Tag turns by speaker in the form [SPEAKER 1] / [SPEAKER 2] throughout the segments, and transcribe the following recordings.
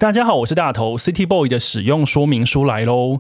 [SPEAKER 1] 大家好，我是大头 City Boy 的使用说明书来咯。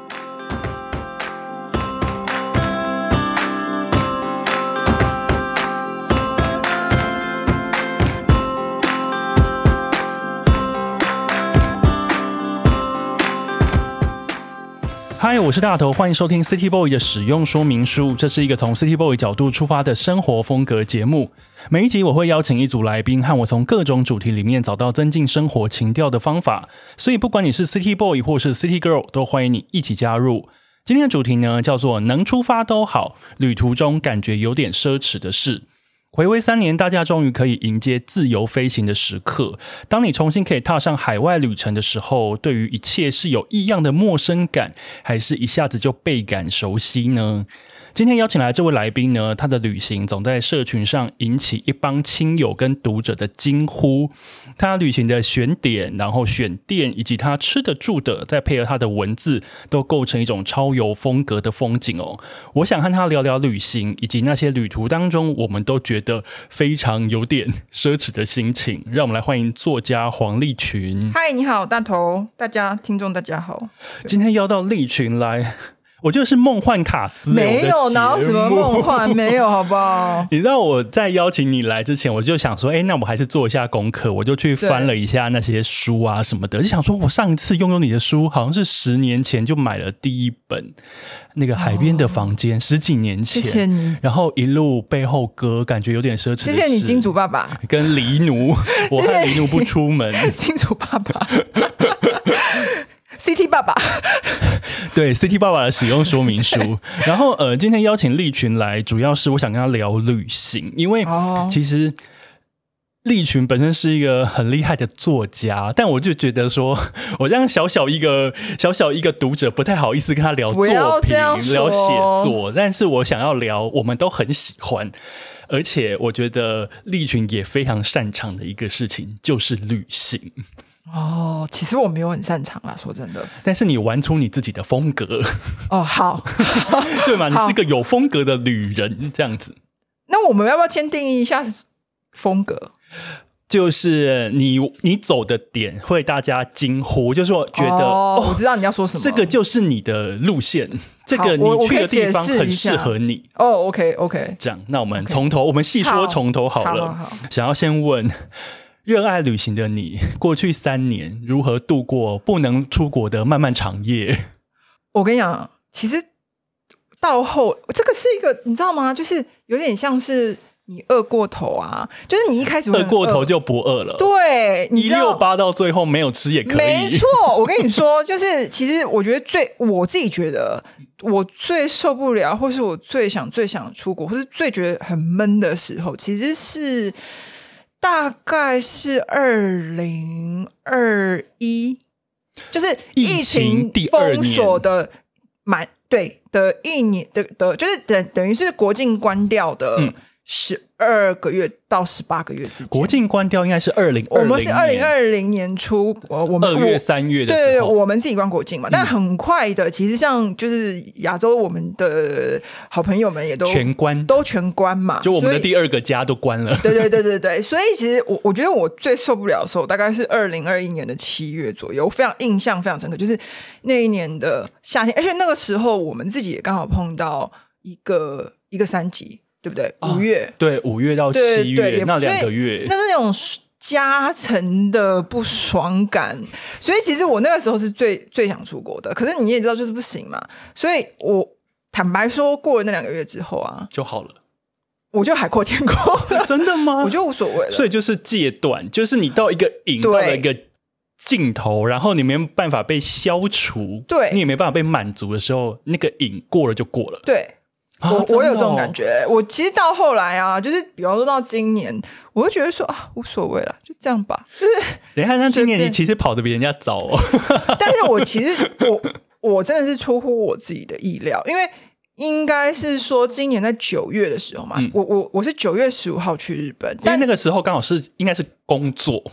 [SPEAKER 1] 嗨，我是大头，欢迎收听 City Boy 的使用说明书。这是一个从 City Boy 角度出发的生活风格节目。每一集我会邀请一组来宾，和我从各种主题里面找到增进生活情调的方法。所以不管你是 City Boy 或是 City Girl， 都欢迎你一起加入。今天的主题呢，叫做能出发都好，旅途中感觉有点奢侈的事。回归3年，大家终于可以迎接自由飞行的时刻。当你重新可以踏上海外旅程的时候，对于一切是有异样的陌生感，还是一下子就倍感熟悉呢？今天邀请来这位来宾呢，他的旅行总在社群上引起一帮亲友跟读者的惊呼。他旅行的选点，然后选店，以及他吃的住的，再配合他的文字，都构成一种超游风格的风景哦。我想和他聊聊旅行，以及那些旅途当中我们都觉得非常有点奢侈的心情。让我们来欢迎作家黄立群。
[SPEAKER 2] 嗨，你好，大头，大家听众大家好。
[SPEAKER 1] 今天邀到立群来，我觉得是梦幻卡司。
[SPEAKER 2] 没有，哪有什么梦幻，没有，好不好？
[SPEAKER 1] 你知道我在邀请你来之前，我就想说，那我还是做一下功课，我就去翻了一下那些书啊什么的，就想说，我上一次拥有你的书，好像是10年前就买了第一本，那个海边的房间，10几年前。
[SPEAKER 2] 谢谢你。
[SPEAKER 1] 然后一路背后歌，感觉有点奢侈的事。
[SPEAKER 2] 谢谢你，金主爸爸。
[SPEAKER 1] 跟黎奴，我和黎奴不出门。
[SPEAKER 2] 金主爸爸。CT 爸爸。
[SPEAKER 1] 对 CT 爸爸的使用说明书。然后今天邀请立群来，主要是我想跟他聊旅行，因为其实立群本身是一个很厉害的作家，但我就觉得说，我这样小小一个读者不太好意思跟他聊作品，聊写作，但是我想要聊我们都很喜欢，而且我觉得立群也非常擅长的一个事情就是旅行。
[SPEAKER 2] 其实我没有很擅长啦，说真的。
[SPEAKER 1] 但是你玩出你自己的风格。
[SPEAKER 2] 好。
[SPEAKER 1] 对嘛，你是个有风格的旅人，这样子。
[SPEAKER 2] 那我们要不要先定义一下风格？
[SPEAKER 1] 就是你走的点会大家惊呼，就是我觉得
[SPEAKER 2] 我知道你要说什么，
[SPEAKER 1] 这个就是你的路线，这个你去的地方很适合你。
[SPEAKER 2] OK，
[SPEAKER 1] 这样，那我们从头，我们细说从头好了。
[SPEAKER 2] 好。
[SPEAKER 1] 想要先问，热爱旅行的你，过去3年如何度过不能出国的漫漫长夜？
[SPEAKER 2] 我跟你讲，其实到后这个是一个，你知道吗？就是有点像是你饿过头啊，就是你一开始会
[SPEAKER 1] 饿过头就不饿了。
[SPEAKER 2] 对
[SPEAKER 1] ，168到最后没有吃也可以。
[SPEAKER 2] 没错，我跟你说，就是其实我觉得我自己觉得我最受不了，或是我最想出国，或是最觉得很闷的时候，其实是大概是2021，就是疫情封锁的的一年的，就是等于是国境关掉的12个月到18个月之间。
[SPEAKER 1] 国境关掉应该是2020年，
[SPEAKER 2] 我们是2020年初，我们
[SPEAKER 1] 2月3月的时候，
[SPEAKER 2] 对，我们自己关国境嘛。但很快的，其实像就是亚洲，我们的好朋友们也都全关嘛，
[SPEAKER 1] 就我们的第2个家都关了。
[SPEAKER 2] 对，所以其实我觉得我最受不了的时候，大概是2021年的7月左右，我非常印象非常深刻，就是那一年的夏天，而且那个时候我们自己也刚好碰到一个3级。对不对？5月，
[SPEAKER 1] 对，5月到7月那2个月，
[SPEAKER 2] 那种加成的不爽感，所以其实我那个时候是最想出国的。可是你也知道，就是不行嘛。所以我坦白说，过了那2个月之后啊，
[SPEAKER 1] 就好了，
[SPEAKER 2] 我就海阔天空了。
[SPEAKER 1] 真的吗？
[SPEAKER 2] 我就无所谓了。
[SPEAKER 1] 所以就是戒断，就是你到一个瘾，到了一个尽头，然后你没办法被消除，
[SPEAKER 2] 对，
[SPEAKER 1] 你也没办法被满足的时候，那个瘾过了就过了。
[SPEAKER 2] 对。我有这种感觉。我其实到后来啊，就是比方说到今年，我就觉得说无所谓了，就这样吧。就是
[SPEAKER 1] 等一下，那今年你其实跑得比人家早哦。
[SPEAKER 2] 但是我其实我真的是出乎我自己的意料，因为应该是说今年在9月的时候嘛，我是9月15号去日本，
[SPEAKER 1] 因为那个时候刚好是应该是工作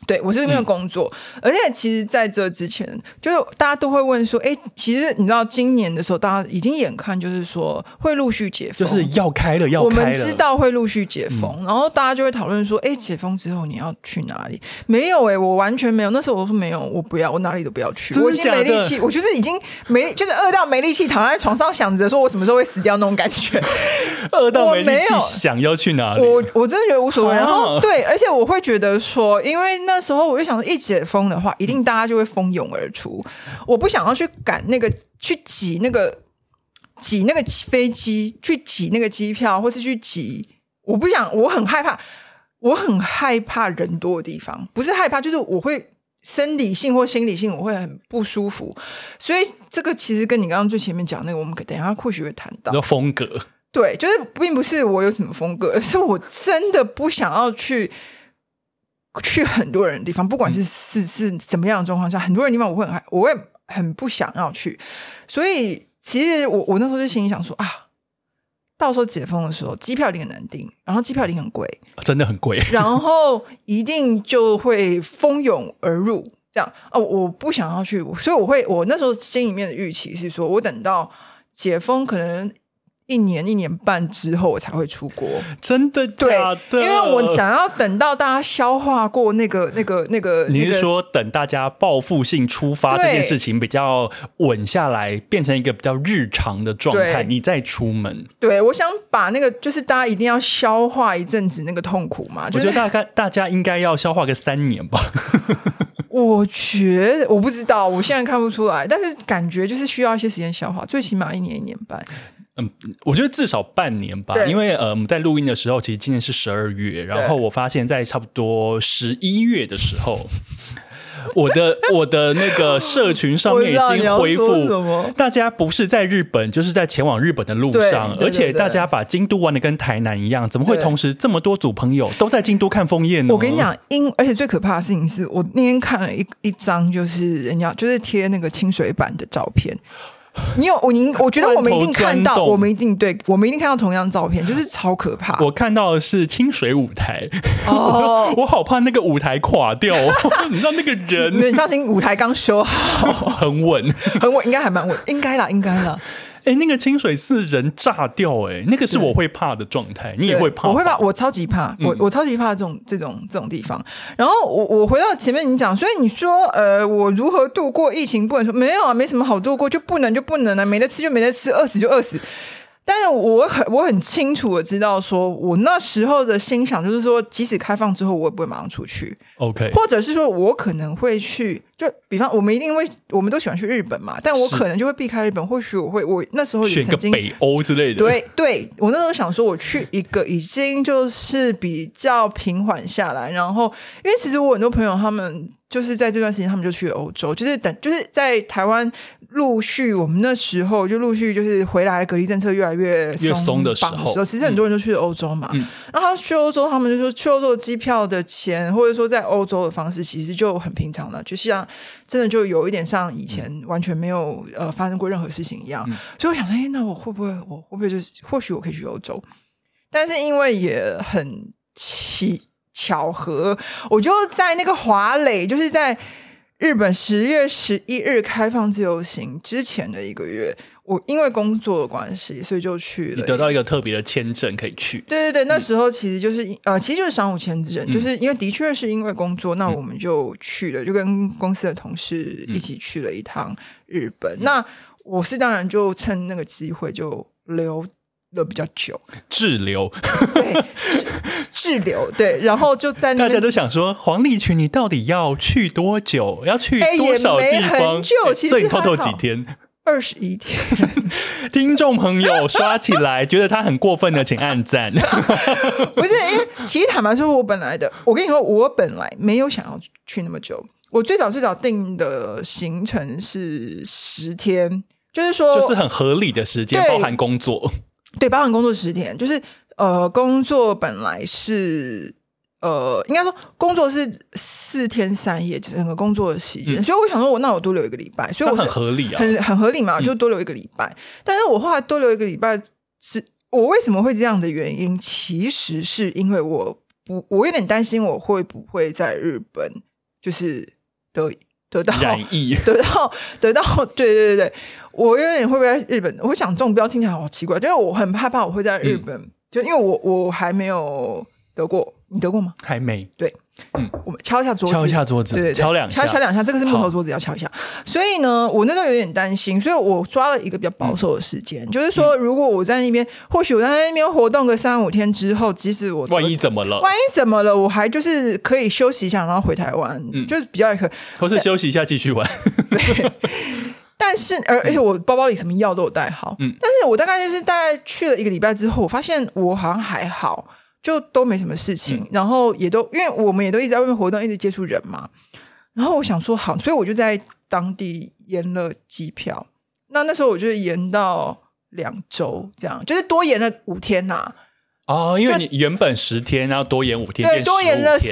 [SPEAKER 2] 对，我是这边的工作，而且其实在这之前，就是大家都会问说，其实你知道今年的时候，大家已经眼看就是说会陆续解封，
[SPEAKER 1] 就是要开了，
[SPEAKER 2] 我们知道会陆续解封，然后大家就会讨论说，解封之后你要去哪里？没有我完全没有，那时候我说没有，我不要，我哪里都不要去，我已经没力气，我就是已经就是饿到没力气，躺在床上想着说我什么时候会死掉那种感觉，
[SPEAKER 1] 饿到没力气想要去哪里？
[SPEAKER 2] 我真的觉得无所谓，然后对，而且我会觉得说，因为那时候我就想说，一解封的话，一定大家就会蜂拥而出。我不想要去赶那个，去挤那个飞机，去挤那个机票，或是去挤。我不想，我很害怕人多的地方，不是害怕，就是我会生理性或心理性，我会很不舒服。所以这个其实跟你刚刚最前面讲那个，我们等一下或许会谈到
[SPEAKER 1] 风格。
[SPEAKER 2] 对，就是并不是我有什么风格，而是我真的不想要去很多人的地方，不管是怎么样的状况下，很多人的地方我会很不想要去。所以其实我那时候就心里想说到时候解封的时候，机票一定很难订，然后机票一定很贵，
[SPEAKER 1] 真的很贵，
[SPEAKER 2] 然后一定就会蜂拥而入。这样我不想要去，所以我那时候心里面的预期是说，我等到解封可能1年1年半之后我才会出国。
[SPEAKER 1] 真的假的？
[SPEAKER 2] 对，因为我想要等到大家消化过那个
[SPEAKER 1] 你是说等大家报复性出发这件事情比较稳下来，变成一个比较日常的状态，你再出门？对，
[SPEAKER 2] 我想把那个就是大家一定要消化一阵子那个痛苦嘛。
[SPEAKER 1] 我觉得大家应该要消化个3年吧。
[SPEAKER 2] 我觉得我不知道，我现在看不出来，但是感觉就是需要一些时间消化，最起码1年1年半。
[SPEAKER 1] 我觉得至少半年吧，因为我们在录音的时候，其实今年是12月，然后我发现在差不多11月的时候，我的那个社群上面已经恢复，大家不是在日本，就是在前往日本的路上，而且大家把京都玩的跟台南一样，怎么会同时这么多组朋友都在京都看枫叶呢？
[SPEAKER 2] 我跟你讲，而且最可怕的事情是我那天看了一张，就是人家就是贴那个清水板的照片。我觉得我们一定看到，我们一定看到同样照片，就是超可怕。
[SPEAKER 1] 我看到的是清水舞台，我好怕那个舞台垮掉。你知道那个人，
[SPEAKER 2] 你放心，舞台刚修好，
[SPEAKER 1] 很稳，
[SPEAKER 2] 应该还蛮稳，应该啦。
[SPEAKER 1] 那个清水寺人炸掉，那个是我会怕的状态，你也会怕？
[SPEAKER 2] 我会怕，我超级怕，我超级怕这种地方。然后我回到前面你讲，所以你说我如何度过疫情？不能说没有啊，没什么好度过，就不能啊，没得吃就没得吃，饿死就饿死。但是我很清楚的知道说，我那时候的心想就是说，即使开放之后我也不会马上出去
[SPEAKER 1] OK，
[SPEAKER 2] 或者是说我可能会去，就比方我们都喜欢去日本嘛，但我可能就会避开日本，或许我那时候也曾经
[SPEAKER 1] 选个北欧之类的。
[SPEAKER 2] 对，我那时候想说我去一个已经就是比较平缓下来，然后因为其实我很多朋友他们就是在这段时间他们就去了欧洲，就是在台湾我们那时候就陆续就是回来隔离政策越来越松
[SPEAKER 1] 的时候，
[SPEAKER 2] 其实很多人就去了欧洲嘛。然后去欧洲，他们就说去欧洲的机票的钱，或者说在欧洲的方式，其实就很平常了，就像真的就有一点像以前完全没有发生过任何事情一样。所以我想，那我会不会就是或许我可以去欧洲？但是因为也很巧合，我就在那个华磊，就是在日本10月11日开放自由行之前的1个月，我因为工作的关系，所以就去了。
[SPEAKER 1] 你得到一个特别的签证可以去。
[SPEAKER 2] 对，那时候其实就是商务签证，就是因为的确是因为工作，那我们就去了，就跟公司的同事一起去了一趟日本。那我是当然就趁那个机会就留了比较久，
[SPEAKER 1] 滞留。
[SPEAKER 2] 对，滞留，对，然后就在那边
[SPEAKER 1] 大家都想说黄立群你到底要去多久，要去多少地方？
[SPEAKER 2] 也没很久，其实
[SPEAKER 1] 所以你偷偷几天
[SPEAKER 2] ？21天。
[SPEAKER 1] 听众朋友刷起来，觉得他很过分的请按赞。
[SPEAKER 2] 不是，因为其实坦白说，我跟你说，我本来没有想要去那么久，我最早定的行程是10天，就是说
[SPEAKER 1] 就是很合理的时间，包含工作。
[SPEAKER 2] 对，包含工作10天，就是工作本来是应该说工作是4天3夜整个工作的时间，所以我想说那我多留1个礼拜，所以我
[SPEAKER 1] 很合理啊，
[SPEAKER 2] 很合理嘛，就多留1个礼拜。但是我后来多留1个礼拜，我为什么会这样的原因，其实是因为我有点担心我会不会在日本就是得到
[SPEAKER 1] 染疫，
[SPEAKER 2] 得到，对，我有点会不会在日本？我想中标听起来好奇怪，就是我很害怕我会在日本，就因为我还没有得过，你得过吗？
[SPEAKER 1] 还没，
[SPEAKER 2] 对。我们敲一下桌子，对，
[SPEAKER 1] 敲两下，
[SPEAKER 2] 敲两下，这个是木头桌子，要敲一下。所以呢，我那时候有点担心，所以我抓了一个比较保守的时间，就是说，如果我在那边，或许我在那边活动个3-5天之后，即使我
[SPEAKER 1] 万一怎么了，
[SPEAKER 2] 我还就是可以休息一下，然后回台湾，就是比较可，
[SPEAKER 1] 或是休息一下继续玩。
[SPEAKER 2] 对。但是而且我包包里什么药都有带好，但是我大概去了1个礼拜之后，我发现我好像还好。就都没什么事情，然后也都因为我们也都一直在外面活动，一直接触人嘛。然后我想说好，所以我就在当地延了机票。那时候我就延到2周，这样就是多延了5天啦。
[SPEAKER 1] 哦，因为你原本10天，然后多延5天，
[SPEAKER 2] 对，多延了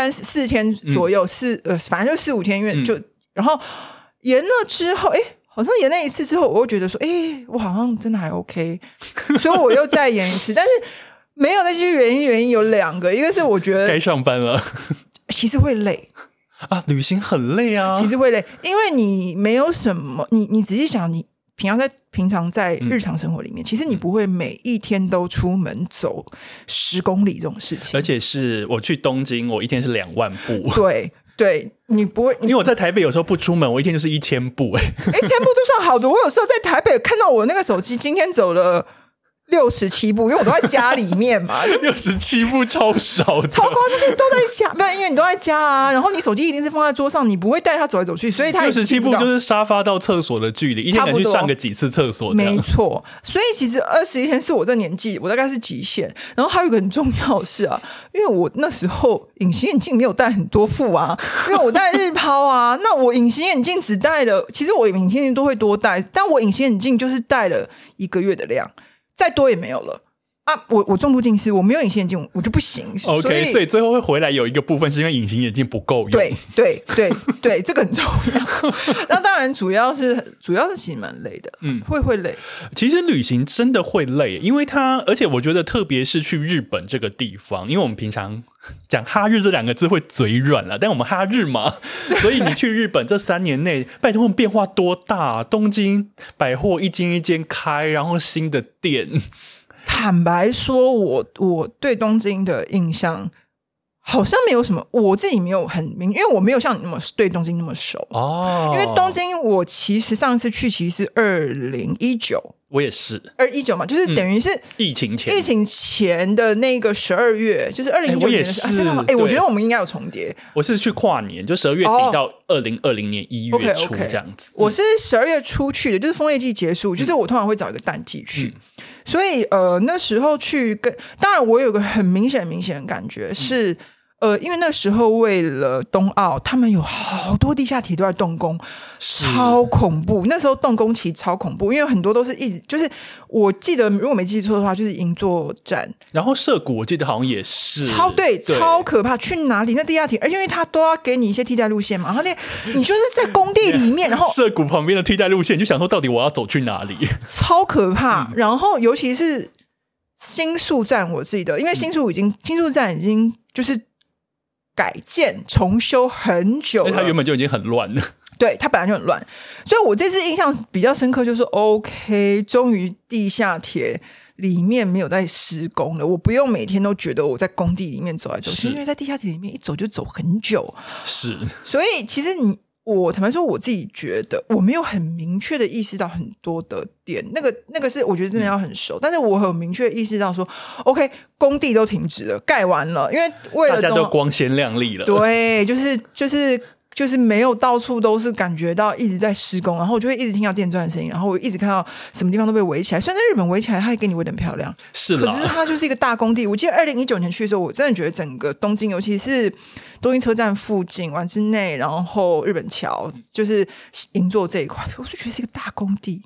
[SPEAKER 2] 4天左右，反正就4-5天，因为然后延了之后，好像延了1次之后，我又觉得说，我好像真的还 OK， 所以我又再延1次，但是。没有再继续原因有2个，一个是我觉得
[SPEAKER 1] 该上班了，
[SPEAKER 2] 其实会累
[SPEAKER 1] 啊，旅行很累啊，
[SPEAKER 2] 其实会累，因为你没有什么，你仔细想，你平常在日常生活里面，其实你不会每一天都出门走10公里这种事情，
[SPEAKER 1] 而且是我去东京，我一天是2万步，
[SPEAKER 2] 对，你不会，
[SPEAKER 1] 因为我在台北有时候不出门，我一天就是1000步，1000
[SPEAKER 2] 步就算好的。我有时候在台北看到我那个手机，今天走了。67步，因为我都在家里面嘛。
[SPEAKER 1] 67步超少的，
[SPEAKER 2] 超夸张，就是都在家，不然因为你都在家啊，然后你手机一定是放在桌上，你不会带它走来走去，所以它
[SPEAKER 1] 67步就是沙发到厕所的距离，一天能去上个几次厕所，
[SPEAKER 2] 没错。所以其实21天是我这年纪，我大概是极限。然后还有一个很重要的是啊，因为我那时候隐形眼镜没有戴很多副啊，因为我戴日抛啊，那我隐形眼镜只戴了，其实我隐形眼镜都会多戴，但我隐形眼镜就是戴了1个月的量。再多也没有了啊！我重度近视，我没有隐形眼镜，我就不行。
[SPEAKER 1] OK， 所以最后会回来有一个部分是因为隐形眼镜不够用。
[SPEAKER 2] 对，这个很重要。那当然，主要是其实蛮累的，会累。
[SPEAKER 1] 其实旅行真的会累，因为而且我觉得特别是去日本这个地方，因为我们平常讲哈日这2个字会嘴软了，但我们哈日嘛，所以你去日本这3年内，拜托他们变化多大，东京百货一间一间开，然后新的店。
[SPEAKER 2] 坦白说，我对东京的印象好像没有什么，我自己没有很明，因为我没有像你那么对东京那么熟哦。因为东京我其实上次去其实是2019，
[SPEAKER 1] 我也是
[SPEAKER 2] 2019嘛，就是等于是
[SPEAKER 1] 疫情
[SPEAKER 2] 前的那个12月，就是2019年的时候。真的吗？我觉得我们应该有重叠。
[SPEAKER 1] 我是去跨年，就12月底到2020年1月初这样子。
[SPEAKER 2] 我是12月初去的，就是枫叶季结束，就是我通常会找一个淡季去。所以那时候去当然我有个很明显的感觉是因为那时候为了冬奥，他们有好多地下铁都在动工，超恐怖。那时候动工其实超恐怖，因为很多都是一直就是我记得如果没记错的话，就是银座站，
[SPEAKER 1] 然后涩谷我记得好像也是
[SPEAKER 2] 超可怕。去哪里那地下铁，而且因为他都要给你一些替代路线嘛，然后你就是在工地里面，然后
[SPEAKER 1] 涩谷旁边的替代路线，你就想说到底我要走去哪里，
[SPEAKER 2] 超可怕。然后尤其是新宿站，我记得因为新宿站已经就是改建重修很久了，
[SPEAKER 1] 它原本就已经很乱了。
[SPEAKER 2] 对，它本来就很乱，所以我这次印象比较深刻，就是 OK， 终于地下铁里面没有在施工了，我不用每天都觉得我在工地里面走来走去，因为在地下铁里面一走就走很久。
[SPEAKER 1] 是，
[SPEAKER 2] 所以其实我坦白说，我自己觉得我没有很明确的意识到很多的点，那个是我觉得真的要很熟，但是我很明确意识到说 OK， 工地都停止了，盖完了，因为为了
[SPEAKER 1] 大家都光鲜亮丽了，
[SPEAKER 2] 对，就是没有到处都是感觉到一直在施工，然后我就会一直听到电钻的声音，然后我一直看到什么地方都被围起来。虽然在日本围起来，它还给你围得很漂亮，
[SPEAKER 1] 是啦，
[SPEAKER 2] 可是它就是一个大工地。我记得2019年去的时候，我真的觉得整个东京，尤其是东京车站附近、丸之内，然后日本桥，就是银座这一块，我就觉得是一个大工地。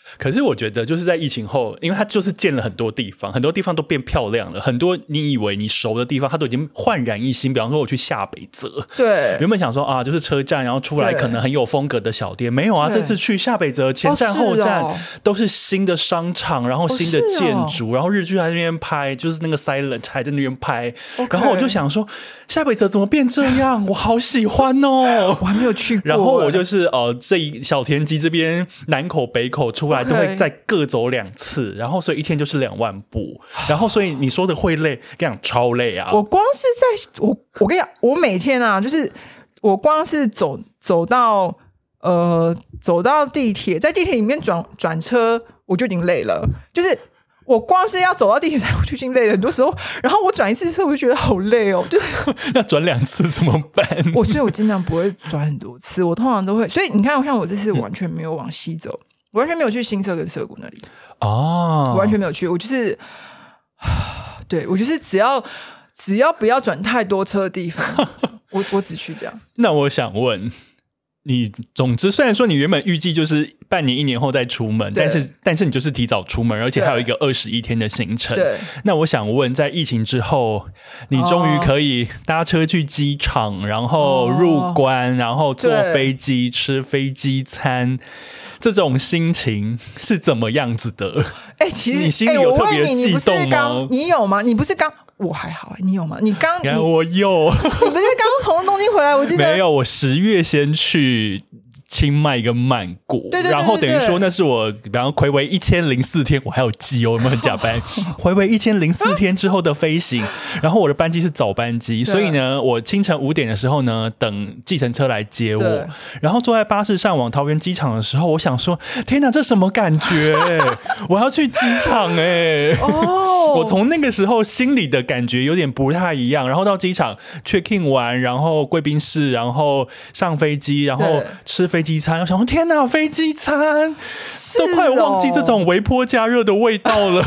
[SPEAKER 1] 可是我觉得就是在疫情后，因为它就是建了很多地方，很多地方都变漂亮了，很多你以为你熟的地方它都已经焕然一新。比方说我去下北泽，
[SPEAKER 2] 对，
[SPEAKER 1] 原本想说啊就是车站，然后出来可能很有风格的小店，没有啊，这次去下北泽前站后站都是新的商场，然后新的建筑，然后日剧还在那边拍，就是那个 Silent 还在那边拍，然后我就想说下北泽怎么变这样，我好喜欢哦。
[SPEAKER 2] 我还没有去过，
[SPEAKER 1] 然后我就是这一小田急这边南口北口出来都会再各走2次，然后所以一天就是2万步，然后所以你说的会累，跟你讲超累啊！
[SPEAKER 2] 我光是我跟你讲，我每天啊，就是我光是走到地铁，在地铁里面转车，我就已经累了，就是。我光是要走到地铁站，我就已经累了。很多时候，然后我转1次车，我就觉得好累哦。就是
[SPEAKER 1] 要转2次怎么办？
[SPEAKER 2] 所以我尽量不会转很多次，我通常都会。所以你看，像我这次完全没有往西走，我完全没有去新社跟涩谷那里哦，我完全没有去。我就是，对我就是只要不要转太多车的地方，我只去这样。
[SPEAKER 1] 那我想问。你总之虽然说你原本预计就是半年1年后再出门，但是你就是提早出门，而且还有一个21天的行程。对，那我想问，在疫情之后，你终于可以搭车去机场，然后入关，然后坐飞机吃飞机餐，这种心情是怎么样子的？
[SPEAKER 2] 其实
[SPEAKER 1] 你心里有特别悸动吗？
[SPEAKER 2] 你有吗？你不是刚？我还好，你有吗？你
[SPEAKER 1] 我有，
[SPEAKER 2] 你不是刚从东京回来？我记得
[SPEAKER 1] 没有，我10月先去清迈跟曼谷，
[SPEAKER 2] 对，
[SPEAKER 1] 然后等于说那是我比方睽违1004天，我还有记哦，有没有很假掰？睽违1004天之后的飞行，然后我的班机是早班机，所以呢，我清晨5点的时候呢，等计程车来接我，然后坐在巴士上往桃园机场的时候，我想说，天哪，这什么感觉？我要去机场我从那个时候心里的感觉有点不太一样，然后到机场 check in 完，然后贵宾室，然后上飞机，然后吃飞机餐，我想说天哪，飞机餐都快忘记这种微波加热的味道了。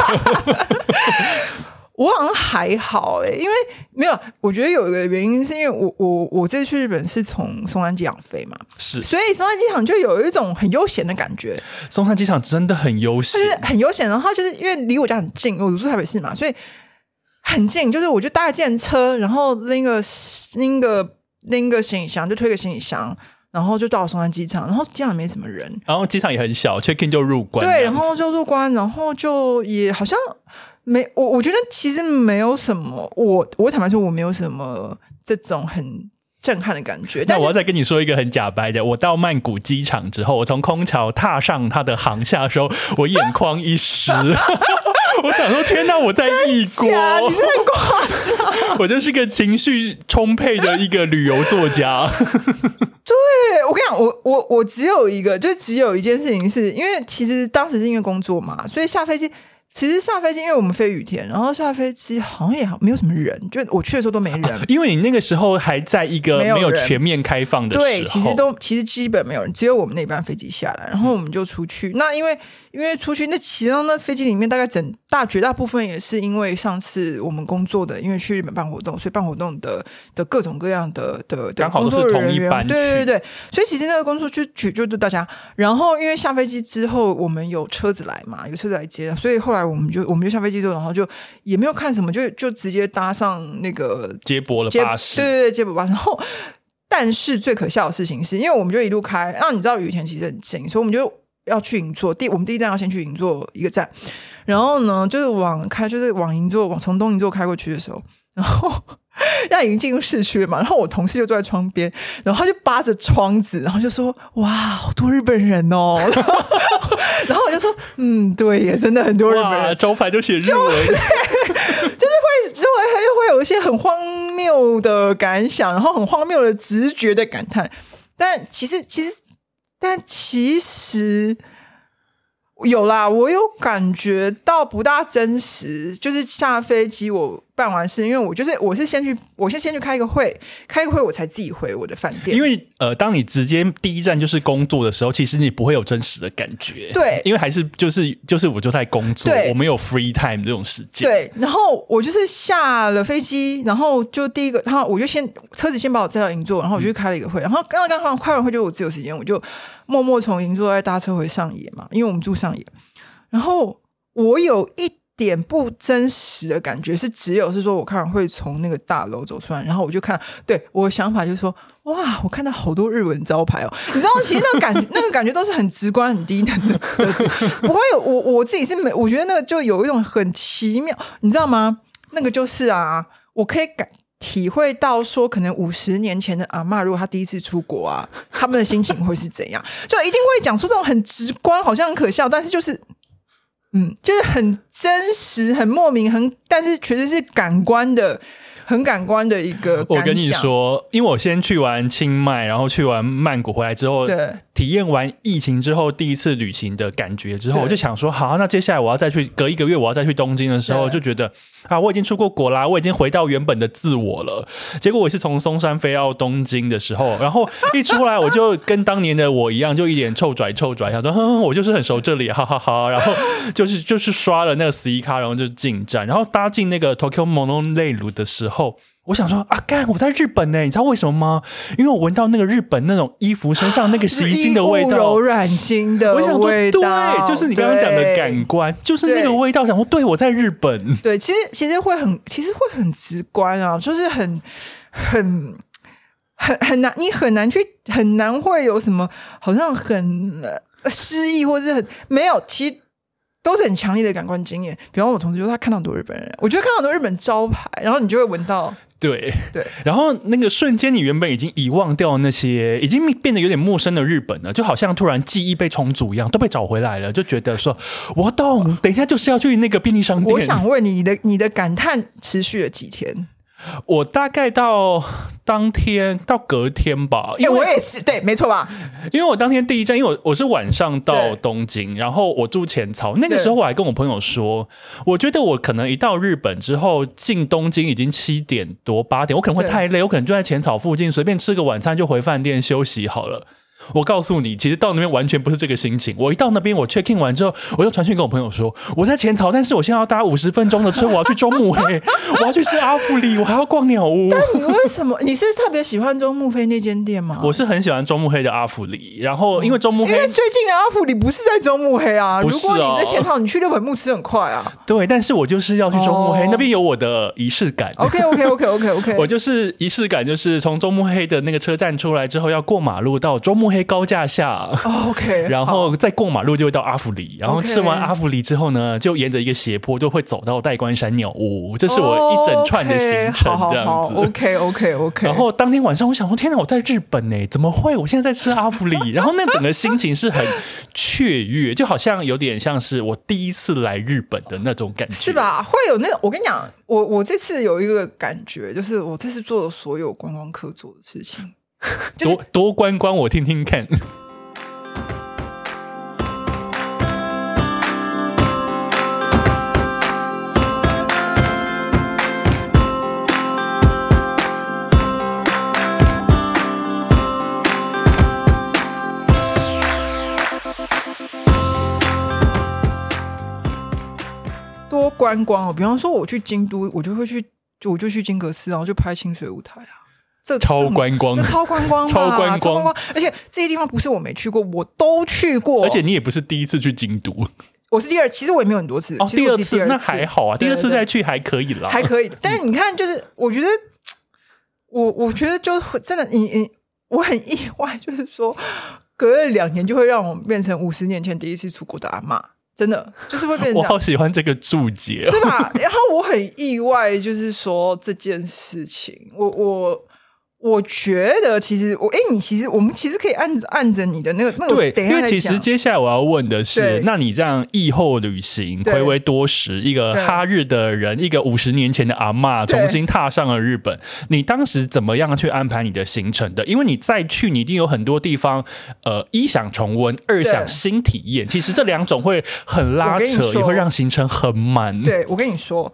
[SPEAKER 2] 我好像还好因为没有，我觉得有一个原因是因为我这次去日本是从松山机场飞嘛，
[SPEAKER 1] 是，
[SPEAKER 2] 所以松山机场就有一种很悠闲的感觉。
[SPEAKER 1] 松山机场真的很悠闲，
[SPEAKER 2] 就是很悠闲，然后就是因为离我家很近，我住台北市嘛，所以很近，就是我就搭个计程车，然后拎个行李箱，就推个行李箱。然后就到了松山机场，然后机场也没什么人，
[SPEAKER 1] 然后机场也很小 check in 就入关，
[SPEAKER 2] 对，然后就入关，然后就也好像没我觉得其实没有什么，我坦白说我没有什么这种很震撼的感觉。
[SPEAKER 1] 但我要再跟你说一个很假白的，我到曼谷机场之后，我从空桥踏上它的航厦的时候，我眼眶一湿。我想说天哪，我在异国，
[SPEAKER 2] 你真的很夸张。
[SPEAKER 1] 我就是个情绪充沛的一个旅游作家。
[SPEAKER 2] 对，我跟你讲，我只有一个，就只有一件事情是因为其实当时是因为工作嘛，所以下飞机。其实下飞机，因为我们飞羽田，然后下飞机好像也没有什么人，就我去的时候都没人，
[SPEAKER 1] 因为你那个时候还在一个没有全面开放的时候，
[SPEAKER 2] 对，其实基本没有人，只有我们那班飞机下来，然后我们就出去。那因为出去，那其中那飞机里面大概绝大部分也是因为上次我们工作的，因为去日本办活动，所以办活动的各种各样的
[SPEAKER 1] 刚好都是同一班，
[SPEAKER 2] 对，所以其实那个工作就大家，然后因为下飞机之后我们有车子来嘛，有车子来接，所以后来我们就下飞机之后，然后就也没有看什么，就直接搭上那个
[SPEAKER 1] 接驳的巴士，
[SPEAKER 2] 对，接驳巴士。然后，但是最可笑的事情是，因为我们就一路开，然后你知道羽田其实很近，所以我们就要去银座，我们第一站要先去银座一个站，然后呢，就是往银座从东银座开过去的时候，然后要已经进入市区了嘛，然后我同事就坐在窗边，然后他就扒着窗子，然后就说：“哇，好多日本人哦！”然后我就说：“对耶，真的很多日本人，
[SPEAKER 1] 招牌都写日文，
[SPEAKER 2] 就会有一些很荒谬的感想，然后很荒谬的直觉的感叹。但其实有啦，我有感觉到不大真实，就是下飞机我办完事，因为我是先去开一个会我才自己回我的饭店。
[SPEAKER 1] 因为当你直接第一站就是工作的时候，其实你不会有真实的感觉。
[SPEAKER 2] 对，
[SPEAKER 1] 因为还是就是我就在工作，我没有 free time 这种时间。
[SPEAKER 2] 对，然后我就是下了飞机，然后就第一个，然后我就车子先把我载到银座，然后我就去开了一个会，然后刚开完会就我自由时间，我就默默从银座再搭车回上野嘛，因为我们住上野。然后我有一点不真实的感觉是说我看完会从那个大楼走出来，然后我就看，对，我的想法就是说，哇，我看到好多日文招牌哦，你知道其实那个感觉都是很直观很低能的不会有我自己是我觉得那个就有一种很奇妙，你知道吗？那个就是啊，我可以体会到说可能50年前的阿嬷如果她第一次出国啊，他们的心情会是怎样，就一定会讲出这种很直观好像很可笑，但是就是很真实很莫名但是确实是很感官的一个感想。
[SPEAKER 1] 我跟你说，因为我先去完清迈，然后去完曼谷回来之后，体验完疫情之后第一次旅行的感觉之后，我就想说好，那接下来我要再去隔1个月我要再去东京的时候，就觉得啊，我已经出过国啦，我已经回到原本的自我了。结果我是从松山飞到东京的时候，然后一出来我就跟当年的我一样，就一脸臭拽想说我就是很熟这里，哈哈哈。然后就是刷了那个11卡，然后就进站，然后搭进那个 Tokyo Monorail 的时候，我想说啊，干，我在日本呢，你知道为什么吗？因为我闻到那个日本那种衣服身上那个洗衣精的味道，
[SPEAKER 2] 柔软精的味道。
[SPEAKER 1] 我想说，对，就是你刚刚讲的感官，就是那个味道。想说，对，我在日本。
[SPEAKER 2] 对，其实会很直观啊，就是很难，你很难会有什么好像很失忆或者很没有，其实都是很强烈的感官经验。比方我同事说他看到很多日本人，我觉得看到很多日本招牌，然后你就会闻到。
[SPEAKER 1] 对，然后那个瞬间，你原本已经遗忘掉那些已经变得有点陌生的日本了，就好像突然记忆被重组一样，都被找回来了，就觉得说我懂，等一下就是要去那个便利商店。
[SPEAKER 2] 我想问你的感叹持续了几天？
[SPEAKER 1] 我大概到当天到隔天吧，因为
[SPEAKER 2] 我也是，对，没错吧？
[SPEAKER 1] 因为我当天第一站，因为我是晚上到东京，然后我住浅草，那个时候我还跟我朋友说，我觉得我可能一到日本之后进东京已经7点多8点，我可能会太累，我可能就在浅草附近随便吃个晚餐就回饭店休息好了。我告诉你，其实到那边完全不是这个心情。我一到那边，我 check in 完之后，我就传讯跟我朋友说，我在浅草，但是我现在要搭50分钟的车，我要去中目黑，我要去吃阿芙里，我还要逛鸟屋。
[SPEAKER 2] 但你为什么？你是特别喜欢中目黑那间店吗？
[SPEAKER 1] 我是很喜欢中目黑的阿芙里，然后因为中目黑，
[SPEAKER 2] 因为最近的阿芙里不是在中目黑啊，
[SPEAKER 1] 不是
[SPEAKER 2] 如果你在浅草，你去六本木吃很快啊。
[SPEAKER 1] 对，但是我就是要去中目黑，那边有我的仪式感。
[SPEAKER 2] OK，
[SPEAKER 1] 我就是仪式感，就是从中目黑的那个车站出来之后，要过马路到中目黑高架下。
[SPEAKER 2] OK，
[SPEAKER 1] 然后再过马路就会到阿芙里，然后吃完阿芙里之后呢，就沿着一个斜坡就会走到代官山鸟屋，这是我一整串的行程，这样子。
[SPEAKER 2] OK。
[SPEAKER 1] 然后当天晚上我想说，天哪，我在日本呢，怎么会？我现在在吃阿芙里，然后那整个心情是很雀跃，就好像有点像是我第一次来日本的那种感觉，
[SPEAKER 2] 是吧？会有那种，我跟你讲，我这次有一个感觉，就是我这次做了所有观光客做的事情，
[SPEAKER 1] 多观光，我听听看。
[SPEAKER 2] 多观光哦，比方说我去京都，我就去金阁寺，然后就拍清水舞台啊，这
[SPEAKER 1] 超观光，
[SPEAKER 2] 这超观光，
[SPEAKER 1] 超观光，
[SPEAKER 2] 而且这些地方不是我没去过，我都去过，
[SPEAKER 1] 而且你也不是第一次去京都，
[SPEAKER 2] 我是第二，其实我也没有很多次，
[SPEAKER 1] 哦，第二次那还好啊，第二次再去还可以啦，
[SPEAKER 2] 还可以。但是你看，就是我觉得，我觉得就真的，我很意外，就是说隔了2年就会让我变成50年前第一次出国的阿嬷。真的就是会变成这样，
[SPEAKER 1] 我好喜欢这个注解，
[SPEAKER 2] 对吧？然后我很意外，就是说这件事情，我觉得其实我们其实可以按着你的那个
[SPEAKER 1] 对，
[SPEAKER 2] 等一下再讲，
[SPEAKER 1] 因为其实接下来我要问的是，那你这样疫后旅行睽违多时，一个哈日的人，一个50年前的阿嬷重新踏上了日本，你当时怎么样去安排你的行程的？因为你再去，你一定有很多地方，一想重温，二想新体验，其实这2种会很拉扯，也会让行程很满。
[SPEAKER 2] 对，我跟你说。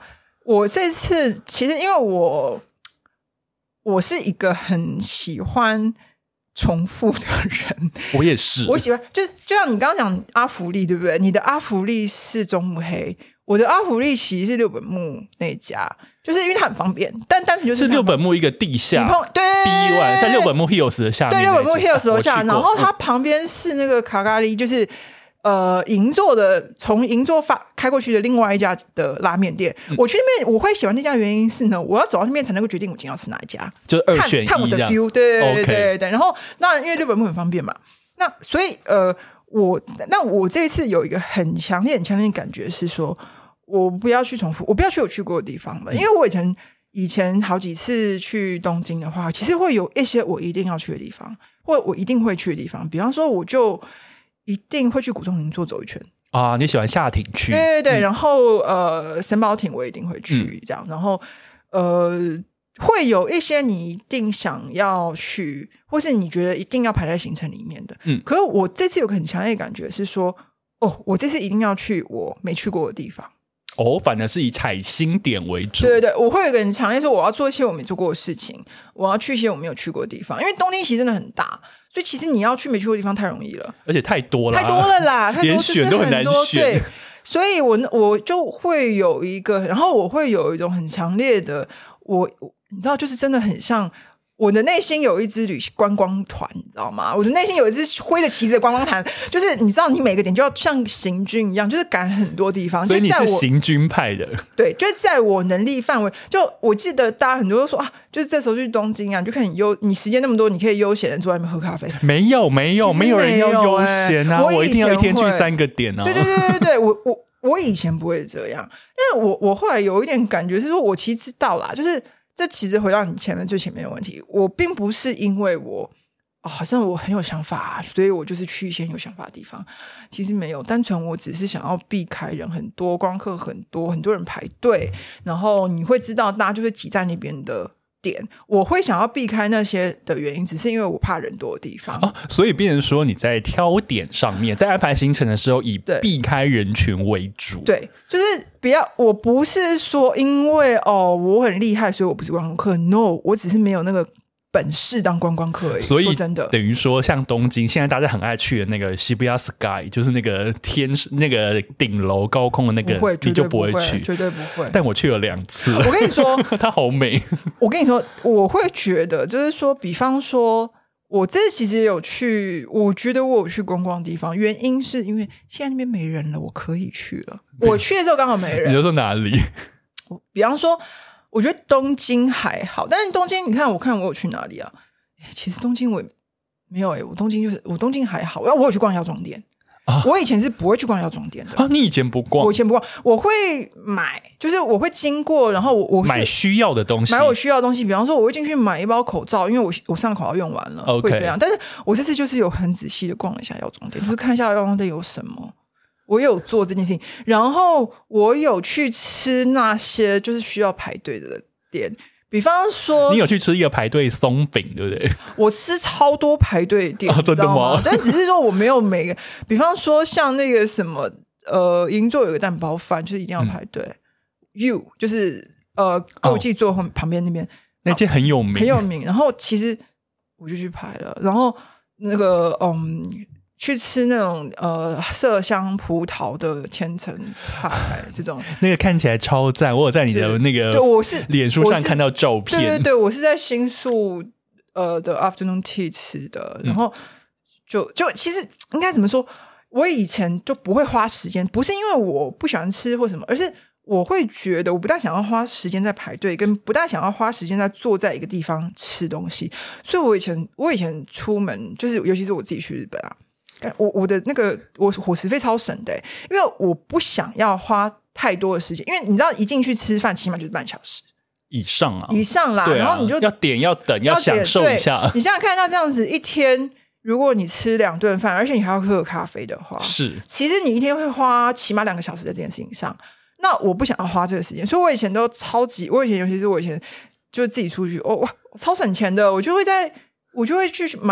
[SPEAKER 2] 我这次其实因为我是一个很喜欢重复的人，
[SPEAKER 1] 我也是，
[SPEAKER 2] 我喜欢就像你刚刚讲阿福利对不对？你的阿福利是中目黑，我的阿福利其实是六本木那一家，就是因为它很方便，但单纯就是
[SPEAKER 1] 六本木一个地下
[SPEAKER 2] 对
[SPEAKER 1] B1 在六本木 Hills 的下面，
[SPEAKER 2] 对六本木 Hills 楼下，然后它旁边是那个卡咖喱，就是银座的，从银座开过去的另外一家的拉面店。我去那边我会喜欢那家的原因是呢，我要走到那边才能够决定我今天要吃哪一家，
[SPEAKER 1] 就是2选1
[SPEAKER 2] 看我的 feel， 对对对
[SPEAKER 1] okay
[SPEAKER 2] 对。然后那因为六本木很方便嘛，那所以我这一次有一个很强烈的感觉是说，我不要去重复，我不要去我去过的地方了，因为我以前好几次去东京的话，其实会有一些我一定要去的地方，或我一定会去的地方，比方说我就一定会去古洞银座走一圈
[SPEAKER 1] 啊，你喜欢下町区？
[SPEAKER 2] 对对对，然后神保町我一定会去这样，然后会有一些你一定想要去，或是你觉得一定要排在行程里面的。可是我这次有个很强烈的感觉是说，我这次一定要去我没去过的地方。
[SPEAKER 1] 反而是以踩星点为主。
[SPEAKER 2] 对对对，我会有一个很强烈说，我要做一些我没做过的事情，我要去一些我没有去过的地方，因为东京其实真的很大，所以其实你要去没去过的地方太容易了，
[SPEAKER 1] 而且太多了
[SPEAKER 2] 啦，太多
[SPEAKER 1] 连选都很难选。
[SPEAKER 2] 对，所以我就会有一个，然后我会有一种很强烈的，你知道，就是真的很像。我的内心有一支观光团，你知道吗？我的内心有一支挥着旗子的观光团，就是你知道，你每个点就要像行军一样，就是赶很多地方。
[SPEAKER 1] 所以你是行军派的，
[SPEAKER 2] 对，就是在我能力范围。就我记得大家很多都说啊，就是这时候去东京啊，你就可以你时间那么多，你可以悠闲的坐在那边喝咖啡。
[SPEAKER 1] 没有人要悠闲啊！我一定要一天去3个点啊！
[SPEAKER 2] 对对对对对，我以前不会这样，因为我后来有一点感觉是说，我其实知道啦，就是。这其实回到你最前面的问题，我并不是因为好像我很有想法，所以我就是去一些很有想法的地方。其实没有，单纯我只是想要避开人很多、观光客很多、很多人排队，然后你会知道大家就会挤在那边的点。我会想要避开那些的原因，只是因为我怕人多的地方。
[SPEAKER 1] 所以变成说你在挑点上面，在安排行程的时候，以避开人群为主。
[SPEAKER 2] 对，就是我不是说因为我很厉害，所以我不是观光客。No， 我只是没有那个本事当观光客而已。
[SPEAKER 1] 所以
[SPEAKER 2] 真的
[SPEAKER 1] 等于说，像东京现在大家很爱去的那个 Shibuya Sky， 就是那个那个顶楼高空的那个，你就不会去，
[SPEAKER 2] 绝对不会。
[SPEAKER 1] 但我去了2次，
[SPEAKER 2] 我跟你说，
[SPEAKER 1] 它好美。
[SPEAKER 2] 我跟你说，我会觉得，就是说，比方说。我这其实有去，我觉得我有去观光的地方，原因是因为现在那边没人了，我可以去了。我去的时候刚好没人。
[SPEAKER 1] 你就说哪里？
[SPEAKER 2] 比方说，我觉得东京还好，但是东京，你看，我有去哪里啊？其实东京我没有我东京还好，我有去逛药妆店。我以前是不会去逛药妆店的
[SPEAKER 1] 啊！你以前不逛？
[SPEAKER 2] 我以前不逛，我会买，就是我会经过，然后我
[SPEAKER 1] 买需要的东西，
[SPEAKER 2] 买我需要的东西。比方说，我会进去买一包口罩，因为我上口罩用完了，会这样。但是我这次就是有很仔细的逛了一下药妆店，就是看一下药妆店有什么。我有做这件事情，然后我有去吃那些就是需要排队的店。比方说，
[SPEAKER 1] 你有去吃一个排队松饼，对不对？
[SPEAKER 2] 我吃超多排队店，
[SPEAKER 1] 真的吗？
[SPEAKER 2] 但只是说我没有每个，比方说像那个什么银座有个蛋包饭，就是一定要排队。You 就是歌舞伎座旁边那边
[SPEAKER 1] 那间很有名，
[SPEAKER 2] 很有名。然后其实我就去排了，然后那个去吃那种麝香葡萄的千层派这种，
[SPEAKER 1] 那个看起来超赞。我有在你的那个
[SPEAKER 2] 对，我是
[SPEAKER 1] 脸书上看到照片。
[SPEAKER 2] 对对对，我是在新宿的 afternoon tea 吃的。然后就其实应该怎么说？我以前就不会花时间，不是因为我不喜欢吃或什么，而是我会觉得我不大想要花时间在排队，跟不大想要花时间在坐在一个地方吃东西。所以我以前出门，就是尤其是我自己去日本啊。我的那个我伙食费超省的，因为我不想要花太多的时间，因为你知道一进去吃饭起码就是半小时
[SPEAKER 1] 以上
[SPEAKER 2] 啦，
[SPEAKER 1] 对啊，
[SPEAKER 2] 然后你就
[SPEAKER 1] 要点要等要享受一下。
[SPEAKER 2] 你想想看到这样子一天，如果你吃2顿饭，而且你还要喝咖啡的话，
[SPEAKER 1] 是
[SPEAKER 2] 其实你一天会花起码2个小时在这件事情上。那我不想要花这个时间，所以我以前都超级，尤其是我以前就自己出去，哇，超省钱的，我就会去买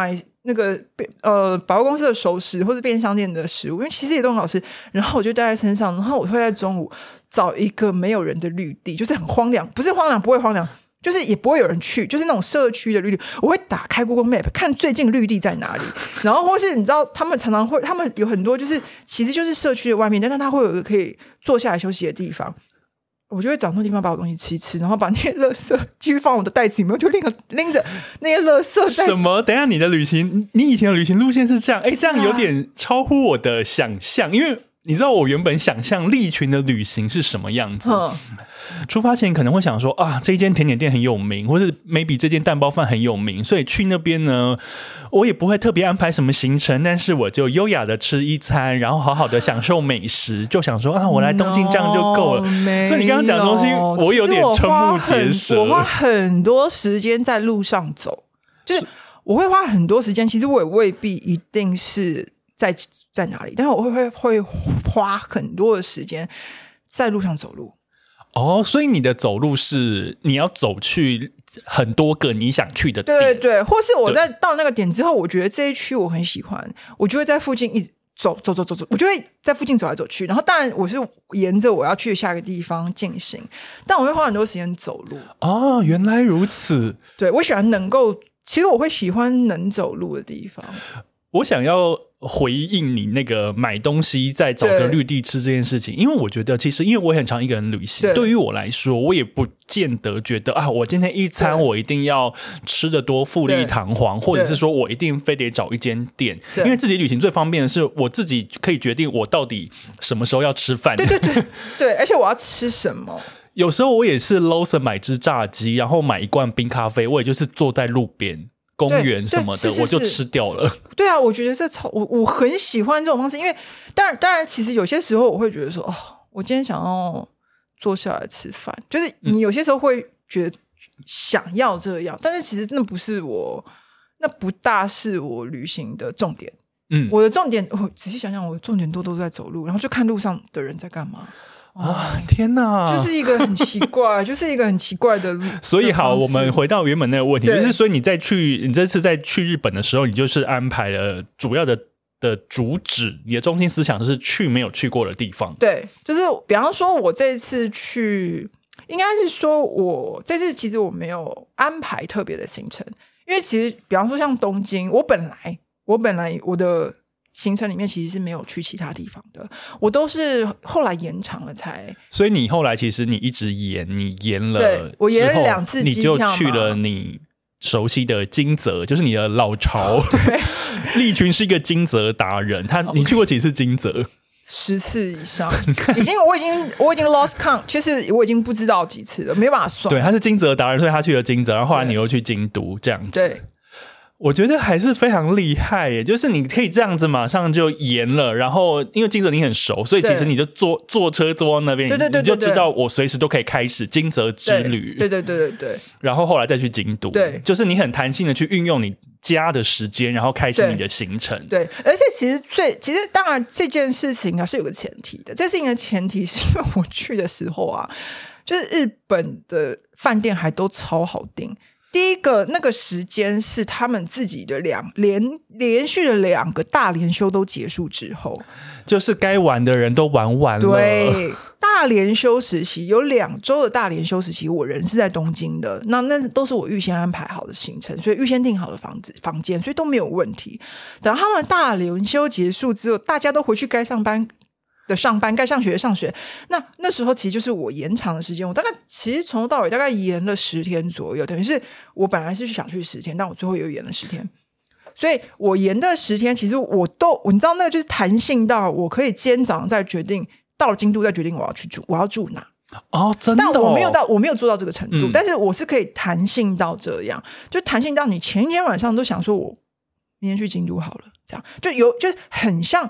[SPEAKER 2] 那个百货公司的熟食或者便利商店的食物，因为其实也都很好吃，然后我就带在身上，然后我会在中午找一个没有人的绿地，就是很荒凉，不是荒凉，不会荒凉，就是也不会有人去，就是那种社区的绿地，我会打开 Google Map 看最近绿地在哪里，然后或是你知道他们常常会，他们有很多就是其实就是社区的外面，但是他会有一个可以坐下来休息的地方，我就会找那地方把我东西吃一吃，然后把那些垃圾继续放我的袋子里面，我就拎着那些垃圾在。
[SPEAKER 1] 什么？等一下，你的旅行，你以前的旅行路线是这样？这样有点超乎我的想象，因为你知道我原本想象利群的旅行是什么样子。出发前可能会想说啊，这间甜点店很有名，或是 maybe 这间蛋包饭很有名，所以去那边呢，我也不会特别安排什么行程，但是我就优雅的吃一餐，然后好好的享受美食，就想说啊，我来东京这样就够了。所以你刚刚讲的东西，我有点瞠目结舌。
[SPEAKER 2] 我花很多时间在路上走，就是我会花很多时间，其实我也未必一定是在哪里，但是我会花很多的时间在路上走路。
[SPEAKER 1] 哦，所以你的走路是你要走去很多个你想去的点，
[SPEAKER 2] 对对对，或是我在到那个点之后，我觉得这一区我很喜欢，我就会在附近一直走，我就会在附近走来走去。然后当然我是沿着我要去的下一个地方进行，但我会花很多时间走路。
[SPEAKER 1] 哦，原来如此。
[SPEAKER 2] 对，我喜欢其实我会喜欢能走路的地方。
[SPEAKER 1] 我想要回应你那个买东西再找个绿地吃这件事情，因为我觉得其实因为我也很常一个人旅行，对于我来说我也不见得觉得啊，我今天一餐我一定要吃得多富丽堂皇，或者是说我一定非得找一间店，因为自己旅行最方便的是我自己可以决定我到底什么时候要吃饭。
[SPEAKER 2] 对，而且我要吃什么。
[SPEAKER 1] 有时候我也是 Lawson 买只炸鸡，然后买一罐冰咖啡，我也就是坐在路边公园什么的，我就吃掉了。对
[SPEAKER 2] 啊，我觉得我很喜欢这种方式，因为当然，其实有些时候我会觉得说，哦，我今天想要坐下来吃饭，就是你有些时候会觉得想要这样，但是其实那不大是我旅行的重点。我的重点，我仔细想想，我的重点都在走路，然后就看路上的人在干嘛。
[SPEAKER 1] 天哪，
[SPEAKER 2] 就是一个很奇怪的
[SPEAKER 1] 所以好，我们回到原本那个问题，就是所以你这次在去日本的时候，你就是安排了主要的主旨，你的中心思想是去没有去过的地方。
[SPEAKER 2] 对，就是比方说我这次去，应该是说我这次其实我没有安排特别的行程，因为其实比方说像东京，我本来我的行程里面其实是没有去其他地方的，我都是后来延长了才。所
[SPEAKER 1] 以你后来其实你一直你延了，
[SPEAKER 2] 对，我延了2次机票嘛，
[SPEAKER 1] 你就去了你熟悉的金泽，就是你的老巢。对，利群是一个金泽达人，你去过几次金泽
[SPEAKER 2] ？10次以上，我已经 lost count， 其实我已经不知道几次了，没办法算。
[SPEAKER 1] 对，他是金泽达人，所以他去了金泽，然后后来你又去京都，这样子。
[SPEAKER 2] 对。
[SPEAKER 1] 我觉得还是非常厉害耶，就是你可以这样子马上就延了，然后因为金泽你很熟，所以其实你就坐车坐到那边，你就知道我随时都可以开始金泽之旅。
[SPEAKER 2] 对，
[SPEAKER 1] 然后后来再去京都，对，就是你很弹性的去运用你家的时间，然后开始你的行程。
[SPEAKER 2] 对，而且其实当然这件事情是有个前提的，这事情的前提是因为我去的时候啊，就是日本的饭店还都超好订。第一个那个时间是他们自己的连续的2个大连休都结束之后，
[SPEAKER 1] 就是该玩的人都玩完了。
[SPEAKER 2] 对，大连休时期有2周的大连休时期，我人是在东京的，那都是我预先安排好的行程，所以预先订好的房间，所以都没有问题。等他们大连休结束之后，大家都回去该上班的上班，该上学的上学，那时候其实就是我延长的时间，我大概其实从头到尾大概延了10天左右，等于是我本来是想去10天，但我最后又延了10天，所以我延的10天其实你知道那个就是弹性到我可以今天早上再决定，到了京都再决定我要住哪。
[SPEAKER 1] 哦，真的
[SPEAKER 2] 但我没有做到这个程度，但是我是可以弹性到这样，就弹性到你前一天晚上都想说我明天去京都好了，这样就很像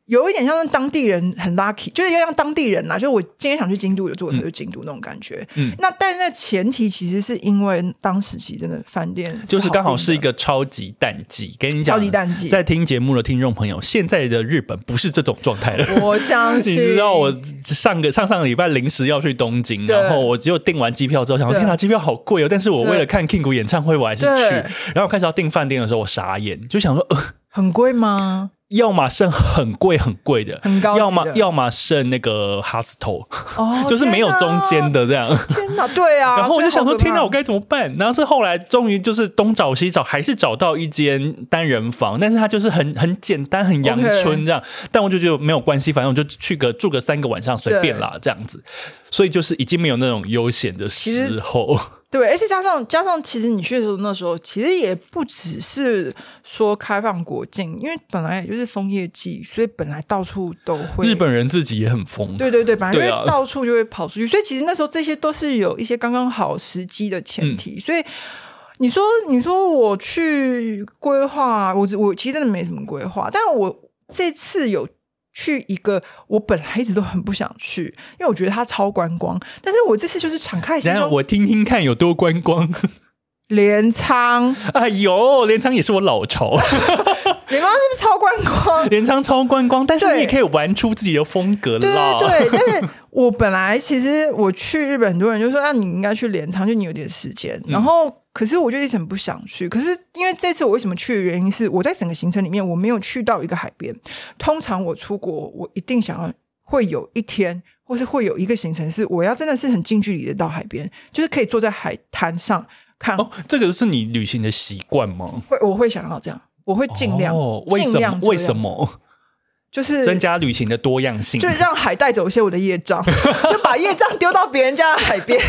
[SPEAKER 2] 有一点像是当地人很 lucky， 就是像当地人啦，就是我今天想去京都，有坐车就京都那种感觉。那但是那前提其实是因为当时其实真的饭店
[SPEAKER 1] 就是刚好是一个超级淡季，跟你讲，
[SPEAKER 2] 超级淡季。
[SPEAKER 1] 在听节目的听众朋友，现在的日本不是这种状态了。
[SPEAKER 2] 我相信，
[SPEAKER 1] 你知道我上个礼拜临时要去东京，然后我就订完机票之后想说，天哪，机票好贵哦！但是我为了看 King 演唱会，我还是去。然后我开始要订饭店的时候，我傻眼，就想说，
[SPEAKER 2] 很贵吗？
[SPEAKER 1] 要么剩很贵很贵的，
[SPEAKER 2] 很高级的，
[SPEAKER 1] 要么剩那个 hostel，就是没有中间的这样。
[SPEAKER 2] 天哪，对啊！
[SPEAKER 1] 然后我就想说，天哪，我该怎么办？然后是后来终于就是东找西找，还是找到一间单人房，但是它就是很简单，很阳春这样。但我就觉得没有关系，反正我就住个3个晚上随便啦这样子。所以就是已经没有那种悠闲的时候。
[SPEAKER 2] 对，而且加上，其实你去的时候，那时候其实也不只是说开放国境，因为本来也就是枫叶季，所以本来到处都会。日
[SPEAKER 1] 本人自己也很疯。
[SPEAKER 2] 对，本来到处就会跑出去，所以其实那时候这些都是有一些刚刚好时机的前提。所以你说我去规划，我其实真的没什么规划，但我这次有去一个我本来一直都很不想去，因为我觉得它超观光，但是我这次就是敞开心中，
[SPEAKER 1] 我听听看有多观光。
[SPEAKER 2] 镰仓，
[SPEAKER 1] 哎呦，镰仓也是我老巢。
[SPEAKER 2] 镰仓是不是超观光？
[SPEAKER 1] 镰仓超观光，但是你也可以玩出自己的风格啦。
[SPEAKER 2] 对，但是我本来其实我去日本，很多人就说你应该去镰仓，就你有点时间，然后可是我就一直很不想去。可是因为这次我为什么去的原因是我在整个行程里面我没有去到一个海边。通常我出国我一定想要会有一天或是会有一个行程是我要真的是很近距离的到海边，就是可以坐在海滩上看。
[SPEAKER 1] 这个是你旅行的习惯吗？
[SPEAKER 2] 我会想要这样，我会尽量。
[SPEAKER 1] 为什么？
[SPEAKER 2] 就是
[SPEAKER 1] 增加旅行的多样性，
[SPEAKER 2] 就是让海带走一些我的业障，就把业障丢到别人家的海边。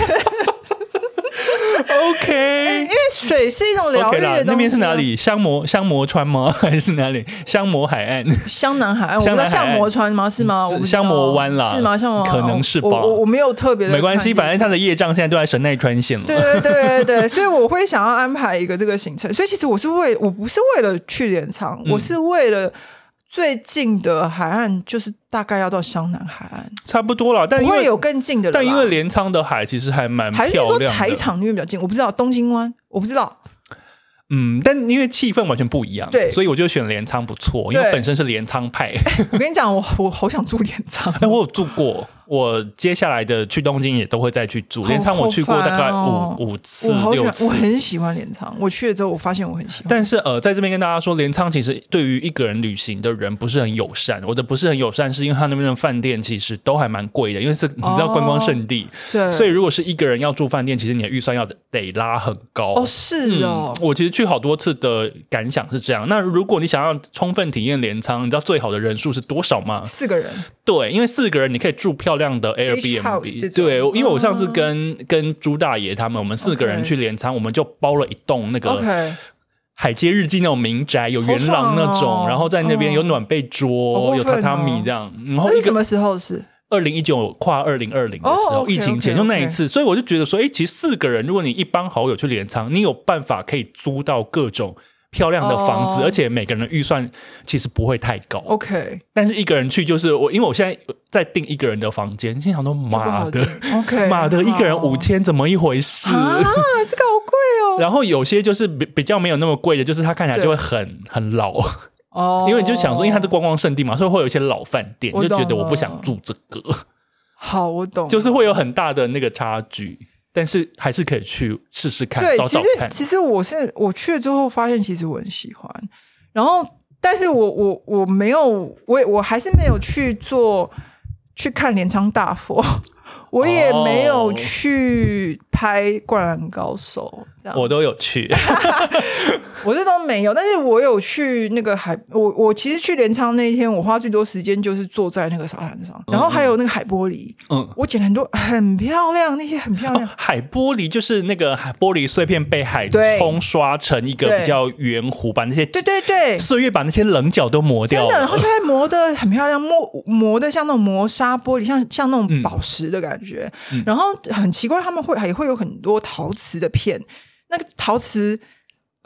[SPEAKER 1] OK，
[SPEAKER 2] 因为水是一种疗愈的东西。
[SPEAKER 1] 那边是哪里？香磨川吗？还是哪里？香磨海岸？
[SPEAKER 2] 湘南海岸？我不知道香磨川吗？是吗？
[SPEAKER 1] 香磨湾啦？
[SPEAKER 2] 是吗？香磨
[SPEAKER 1] 可能是吧。
[SPEAKER 2] 我没有特别的，
[SPEAKER 1] 没关系，反正他的业障现在都在神奈川县了。
[SPEAKER 2] 对，所以我会想要安排一个这个行程。所以其实我不是为了去镰仓，我是为了最近的海岸，就是大概要到湘南海岸，差
[SPEAKER 1] 不多啦。但
[SPEAKER 2] 不会有更近的了。
[SPEAKER 1] 但因为镰仓的海其实还蛮漂亮的，还是说
[SPEAKER 2] 海场那边比较近？我不知道东京湾，我不知道。
[SPEAKER 1] 但因为气氛完全不一样，对，所以我就选镰仓不错，因为本身是镰仓派。
[SPEAKER 2] 我跟你讲，我好想住镰仓。
[SPEAKER 1] 我有住过，我接下来的去东京也都会再去住。镰仓我去过大概5次6次，
[SPEAKER 2] 我很喜欢镰仓。我去了之后，我发现我很喜欢。
[SPEAKER 1] 但是在这边跟大家说，镰仓其实对于一个人旅行的人不是很友善。我的不是很友善，是因为他那边的饭店其实都还蛮贵的，因为是你知道观光胜地，对，所以如果是一个人要住饭店，其实你的预算要得拉很高。
[SPEAKER 2] 是哦，
[SPEAKER 1] 我其实去好多次的感想是这样。那如果你想要充分体验镰仓，你知道最好的人数是多少吗
[SPEAKER 2] ？4个人。
[SPEAKER 1] 对，因为4个人你可以住漂亮的 Airbnb。对，因为我上次跟朱大爷他们，我们4个人去镰仓，我们就包了一栋那个海街日记那种民宅，有圆廊那种，然后在那边有暖被桌，有榻榻米这样。然后
[SPEAKER 2] 是什么时候是
[SPEAKER 1] ？2019跨2020的时候，疫情前就那一次，所以我就觉得说，其实4个人，如果你一帮好友去镰仓，你有办法可以租到各种漂亮的房子，而且每个人的预算其实不会太高。
[SPEAKER 2] OK，
[SPEAKER 1] 但是一个人去就是因为我现在在订一个人的房间，心想说妈的，一个人5000怎么一回事
[SPEAKER 2] 啊？这个好贵哦。
[SPEAKER 1] 然后有些就是比较没有那么贵的，就是它看起来就会很老。因为你就想说，因为它是观光胜地嘛，所以会有一些老饭店，就觉得我不想住这个。
[SPEAKER 2] 好，我懂，
[SPEAKER 1] 就是会有很大的那个差距，但是还是可以去试试看，找找看。
[SPEAKER 2] 其实我去了之后发现，其实我很喜欢。然后，但是我没有，我还是没有去看镰仓大佛。我也没有去拍《灌篮高手》这样，
[SPEAKER 1] 我都有去，
[SPEAKER 2] 我这都没有。但是我有去那个我其实去镰仓那一天，我花最多时间就是坐在那个沙滩上，然后还有那个海玻璃，我捡了很多很漂亮，那些很漂亮。
[SPEAKER 1] 海玻璃就是那个玻璃碎片被海冲刷成一个比较圆弧，把那些岁月把那些棱角都磨掉了，
[SPEAKER 2] 真的，然后就会磨得很漂亮，磨得像那种磨砂玻璃，像那种宝石的感觉。然后很奇怪，他们也会有很多陶瓷的片，那个陶瓷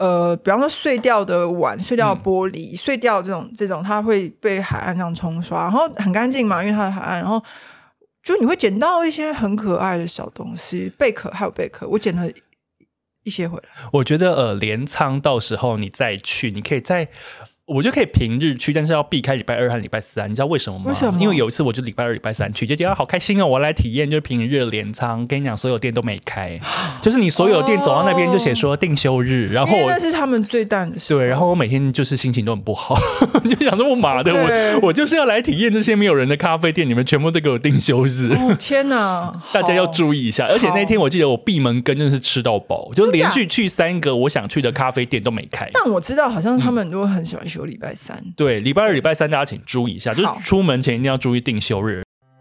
[SPEAKER 2] 比方说碎掉的碗、碎掉的玻璃、碎掉这种，它会被海岸这样冲刷，然后很干净嘛，因为它的海岸，然后就你会捡到一些很可爱的小东西，贝壳还有贝壳，我捡了一些回来。
[SPEAKER 1] 我觉得镰仓到时候你再去，你可以我就可以平日去，但是要避开礼拜2和礼拜4你知道为什么吗？
[SPEAKER 2] 为什么？
[SPEAKER 1] 因为有一次我就礼拜2、礼拜3去，就觉得好开心哦，我来体验就是平日的镰仓。跟你讲，所有店都没开，就是你所有店走到那边就写说定休日，然后
[SPEAKER 2] 那是他们最淡的时候。
[SPEAKER 1] 对，然后我每天就是心情都很不好，就想说我妈的，我就是要来体验这些没有人的咖啡店，你们全部都给我定休日。
[SPEAKER 2] 天哪，
[SPEAKER 1] 大家要注意一下。而且那天我记得我闭门羹真的是吃到饱，就连续去3个我想去的咖啡店都没开。
[SPEAKER 2] 但我知道好像他们都很喜欢休礼拜3。
[SPEAKER 1] 对，礼拜2、礼拜3大家请注意一下，就是出门前一定要注意定休日。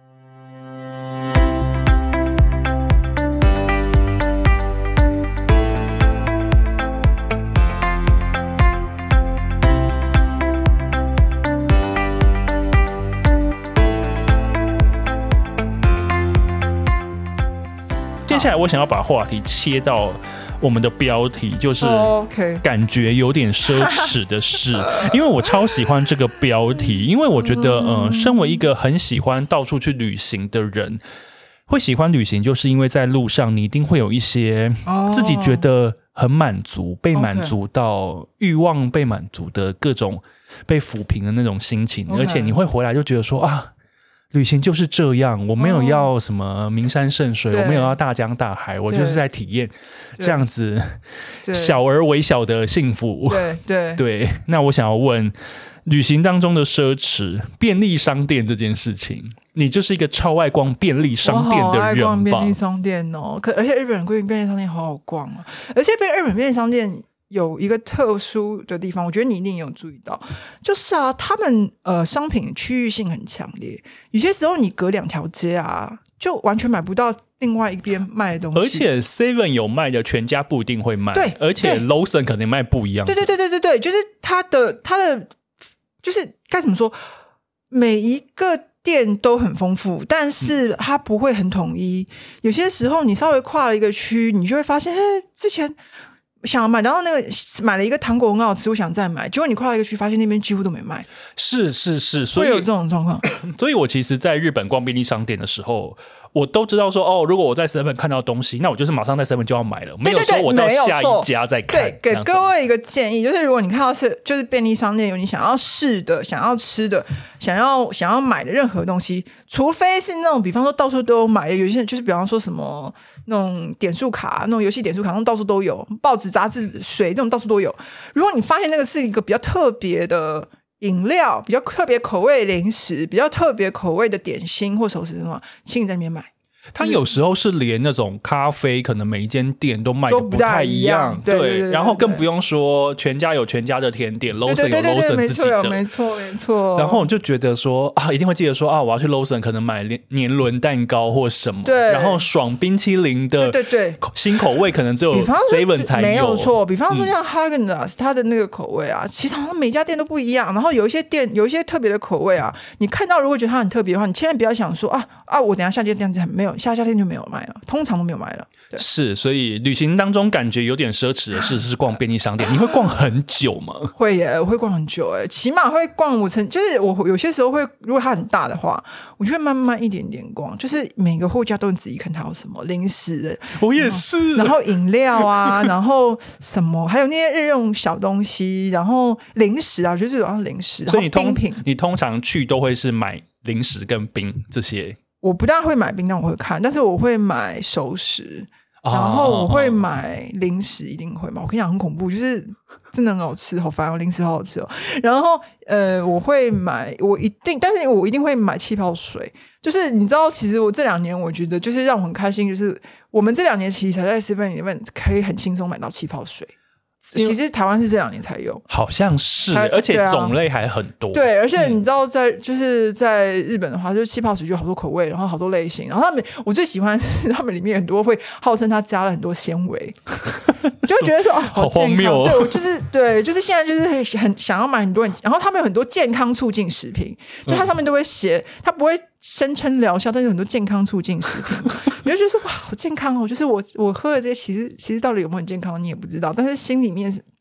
[SPEAKER 1] 接下来我想要把话题切到我们的标题，就是感觉有点奢侈的事，因为我超喜欢这个标题，因为我觉得身为一个很喜欢到处去旅行的人，会喜欢旅行就是因为在路上你一定会有一些自己觉得很满足，被满足到欲望被满足的各种被抚平的那种心情，而且你会回来就觉得说旅行就是这样，我没有要什么名山圣水，我没有要大江大海，我就是在体验这样子小而微小的幸福。对，那我想要问，旅行当中的奢侈，便利商店这件事情，你就是一个超爱逛便利商店的人吧？我好爱
[SPEAKER 2] 逛便利商店哦，而且日本规定便利商店好好逛啊，而且日本便利商店有一个特殊的地方，我觉得你一定有注意到，就是他们商品区域性很强烈，有些时候你隔2条街就完全买不到另外一边卖的东西，
[SPEAKER 1] 而且 Seven 有卖的，全家不一定会卖，
[SPEAKER 2] 对，
[SPEAKER 1] 而且 Lawson 可能卖不一样的，
[SPEAKER 2] 对，就是它的就是该怎么说，每一个店都很丰富，但是它不会很统一，有些时候你稍微跨了一个区，你就会发现之前想要买，然后买了一个糖果很好吃，我想再买，结果你跨了一个区，发现那边几乎都没卖。
[SPEAKER 1] 是，所以
[SPEAKER 2] 会有这种状况。
[SPEAKER 1] 所以我其实在日本逛便利商店的时候，我都知道说如果我在 7 看到东西，那我就是马上在7就要买了，没有说我到下一家再看。
[SPEAKER 2] 对，给各位一个建议，就是如果你看到就是便利商店有你想要试的、想要吃的、想要买的任何东西，除非是那种比方说到处都有买的，有些人就是比方说什么那种点数卡、那种游戏点数卡，那种到处都有，报纸、杂志、水这种到处都有。如果你发现那个是一个比较特别的饮料，比较特别口味零食，比较特别口味的点心或熟食的话，请你在那边买。
[SPEAKER 1] 它有时候是连那种咖啡可能每一间店都卖的不太一样，对，然后更不用说全家有全家的甜点， Lawson 有 Lawson 自己的，
[SPEAKER 2] 没错。
[SPEAKER 1] 然后我就觉得说一定会记得说我要去 Lawson 可能买年轮蛋糕或什么，
[SPEAKER 2] 对，
[SPEAKER 1] 然后爽冰淇淋的新口味可能只有 7 才有，
[SPEAKER 2] 没有错。比方说像 Häagen-Dazs 它的那个口味其实好像每家店都不一样，然后有一些店有一些特别的口味你看到如果觉得它很特别的话，你千万不要想说我等一下下间店没有，下店就没有卖了，通常都没有卖了。对，
[SPEAKER 1] 是，所以旅行当中感觉有点奢侈的事是逛便利商店。你会逛很久吗？
[SPEAKER 2] 会耶，我会逛很久耶，起码会逛就是我有些时候会，如果它很大的话，我就会慢慢一点点逛，就是每个货架都很仔细看它有什么零食，
[SPEAKER 1] 我也是，
[SPEAKER 2] 然后饮料然后什么，还有那些日用小东西，然后零食就是有零食，
[SPEAKER 1] 所以
[SPEAKER 2] 冰品，
[SPEAKER 1] 你通常去都会是买零食跟冰这些。
[SPEAKER 2] 我不大会买冰，但我会看，但是我会买熟食，然后我会买零食，一定会买。我跟你讲很恐怖，就是真的很好吃，好烦零食好好吃然后我会买，但是我一定会买气泡水。就是你知道，其实我这2年我觉得就是让我很开心，就是我们这2年其实才在 7-Eleven 可以很轻松买到气泡水。其实台湾是这2年才有，
[SPEAKER 1] 好像是，而且种类还很多。
[SPEAKER 2] 对，而且你知道就是在日本的话，就是气泡水就有好多口味，然后好多类型，然后我最喜欢的是他们里面很多会号称它加了很多纤维，就会觉得说好
[SPEAKER 1] 荒谬。
[SPEAKER 2] 对，就是现在就是很想要买很多，然后他们有很多健康促进食品，就它上面都会写，它不会声称疗效，但是有很多健康促进食品，你就觉得说哇好健康就是我喝的这些其实到底有没有很健康你也不知道，但是心里面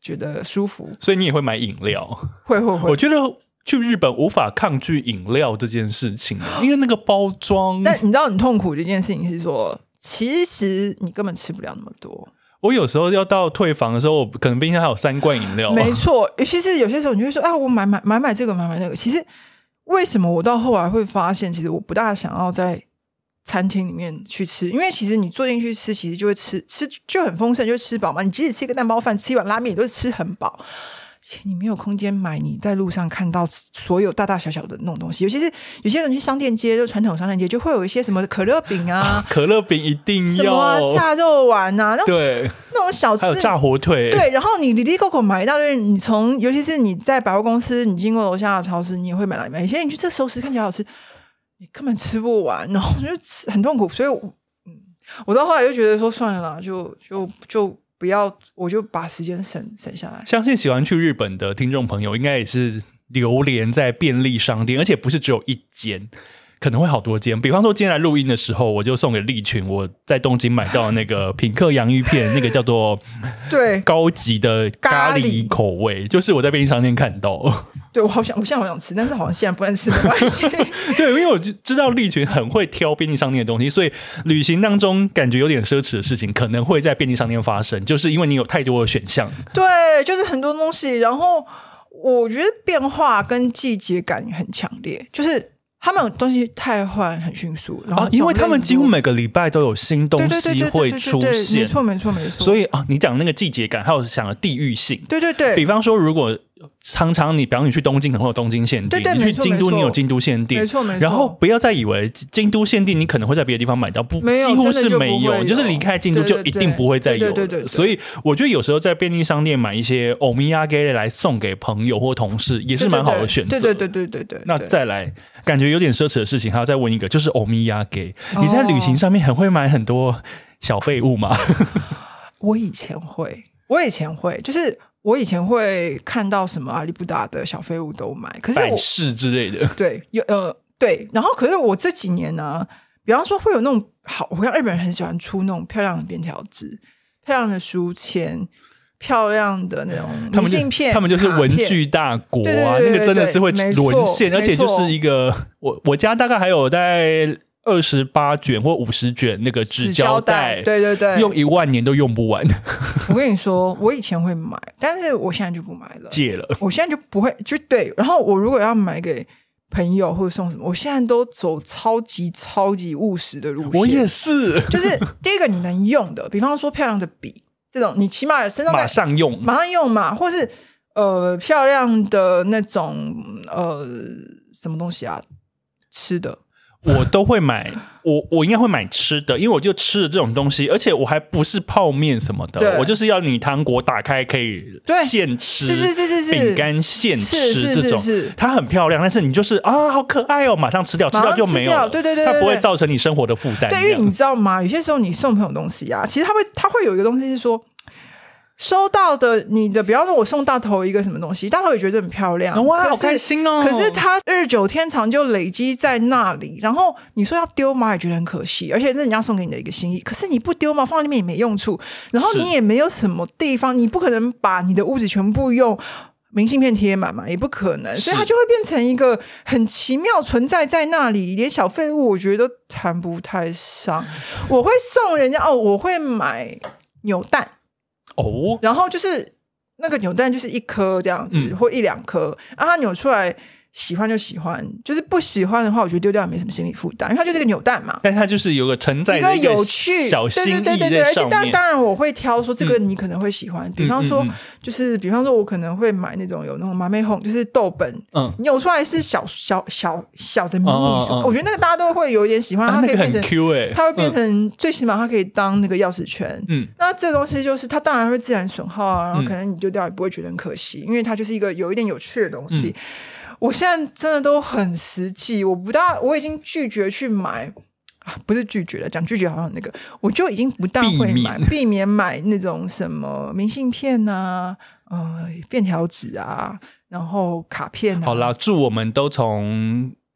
[SPEAKER 2] 觉得舒服。
[SPEAKER 1] 所以你也会买饮料？
[SPEAKER 2] 会。
[SPEAKER 1] 我觉得去日本无法抗拒饮料这件事情，因为那个包装。
[SPEAKER 2] 但你知道很痛苦的一件事情是说，其实你根本吃不了那么多。
[SPEAKER 1] 我有时候要到退房的时候，我可能冰箱还有3罐饮料。
[SPEAKER 2] 没错，尤其是有些时候你就会说啊，我买这个买那个。其实为什么我到后来会发现，其实我不大想要在餐厅里面去吃，因为其实你坐进去吃，其实就会吃就很丰盛，就会吃饱嘛。你即使吃一个蛋包饭，吃一碗拉面，也都是吃很饱。你没有空间买你在路上看到所有大大小小的那种东西，尤其是有些人去商店街，就传统商店街就会有一些什么可乐饼啊
[SPEAKER 1] 可乐饼一定要
[SPEAKER 2] 什么炸肉丸啊，
[SPEAKER 1] 对，
[SPEAKER 2] 那种小吃，
[SPEAKER 1] 还有炸火腿，
[SPEAKER 2] 对，然后你里里口口买一大堆，你从尤其是你在百货公司，你经过楼下的超市，你也会买来买。有些你去这熟食看起来好吃，你根本吃不完，然后就吃很痛苦。所以我到后来就觉得说算了啦，就不要，我就把时间省下来。
[SPEAKER 1] 相信喜欢去日本的听众朋友应该也是流连在便利商店，而且不是只有一间，可能会好多间。比方说今天来录音的时候，我就送给利群我在东京买到的那个品客洋芋片，那个叫做
[SPEAKER 2] 对
[SPEAKER 1] 高级的咖喱口味，就是我在便利商店看到。
[SPEAKER 2] 对，我现在好想吃，但是好像现在不能吃，没关系。
[SPEAKER 1] 对，因为我知道利群很会挑便利商店的东西，所以旅行当中感觉有点奢侈的事情可能会在便利商店发生，就是因为你有太多的选项。
[SPEAKER 2] 对，就是很多东西，然后我觉得变化跟季节感很强烈，就是他们有东西汰换很迅速，然后
[SPEAKER 1] 因为他们几乎每个礼拜都有新东西会出现，
[SPEAKER 2] 没错。
[SPEAKER 1] 所以你讲那个季节感，还有想的地域性，
[SPEAKER 2] 对。
[SPEAKER 1] 比方说，如果常常比方你去东京可能会有东京限定，
[SPEAKER 2] 对，
[SPEAKER 1] 你去京都你有京都限定，
[SPEAKER 2] 没错。
[SPEAKER 1] 然后不要再以为京都限定你可能会在别的地方买到，几乎是没有，就是离开京都就一定不会再有了。
[SPEAKER 2] 对。
[SPEAKER 1] 所以我觉得有时候在便利商店买一些欧米亚给来送给朋友或同事也是蛮好的选择。
[SPEAKER 2] 对。
[SPEAKER 1] 那再来，感觉有点奢侈的事情，还要再问一个，就是欧米亚给，你在旅行上面很会买很多小废物吗？
[SPEAKER 2] 我以前会，就是我以前会看到什么阿里不达的小废物都买，可是
[SPEAKER 1] 百事之类的，
[SPEAKER 2] 对，对。然后可是我这几年呢，比方说会有那种我看日本人很喜欢出那种漂亮的便条纸、漂亮的书签、漂亮的那种明信片，
[SPEAKER 1] 他们就是文具大国啊，那个真的是会沦陷，而且就是一个我家大概还有大概28卷或50卷那个纸胶带，
[SPEAKER 2] 对，
[SPEAKER 1] 用1万年都用不完。
[SPEAKER 2] 我跟你说，我以前会买，但是我现在就不买了，
[SPEAKER 1] 戒了。我
[SPEAKER 2] 现在就不会，就对。然后我如果要买给朋友或者送什么，我现在都走超级务实的路线。我
[SPEAKER 1] 也是，
[SPEAKER 2] 就是第一个你能用的，比方说漂亮的笔，这种你起码身上
[SPEAKER 1] 马上用
[SPEAKER 2] 嘛，或是漂亮的那种什么东西啊，吃的。
[SPEAKER 1] 我都会买，我应该会买吃的，因为我就吃的这种东西，而且我还不是泡面什么的，我就是要你糖果打开可以现吃，
[SPEAKER 2] 是
[SPEAKER 1] 饼干现吃这种，它很漂亮，但是你就是好可爱哦，马上吃掉就没有了，
[SPEAKER 2] 对，
[SPEAKER 1] 它不会造成你生活的负担。
[SPEAKER 2] 对，因为你知道吗？有些时候你送朋友东西啊，其实他会有一个东西是说。收到的你的，比方说我送大头一个什么东西，大头也觉得很漂亮，
[SPEAKER 1] 哇，好开心哦！
[SPEAKER 2] 可是它日久天长就累积在那里，然后你说要丢嘛，也觉得很可惜，而且那人家送给你的一个心意，可是你不丢嘛，放在那边也没用处，然后你也没有什么地方，你不可能把你的屋子全部用明信片贴满嘛，也不可能，所以它就会变成一个很奇妙存在在那里，连小废物我觉得都谈不太上。我会送人家我会买扭蛋。然后就是那个扭蛋就是1颗这样子，或1、2颗，它扭出来喜欢就喜欢，就是不喜欢的话，我觉得丢掉也没什么心理负担，因为它就是个扭蛋嘛。
[SPEAKER 1] 但它就是有个承载的一个有趣小心意在上面。
[SPEAKER 2] 而且当然我会挑说这个你可能会喜欢，比方说我可能会买那种有那种麻妹红，就是豆本，扭出来是小的迷你书，我觉得那个大家都会有一点喜欢，它可以变成
[SPEAKER 1] Q
[SPEAKER 2] 它会变成最起码它可以当那个钥匙圈。那这东西就是它当然会自然损耗啊，然后可能你丢掉也不会觉得很可惜，因为它就是一个有一点有趣的东西。我现在真的都很实际，我已经拒绝去买不是拒绝了，讲拒绝好像那个，我就已经不大会买，避免买那种什么明信片啊、便条纸啊，然后卡片啊。
[SPEAKER 1] 好啦，祝我们都从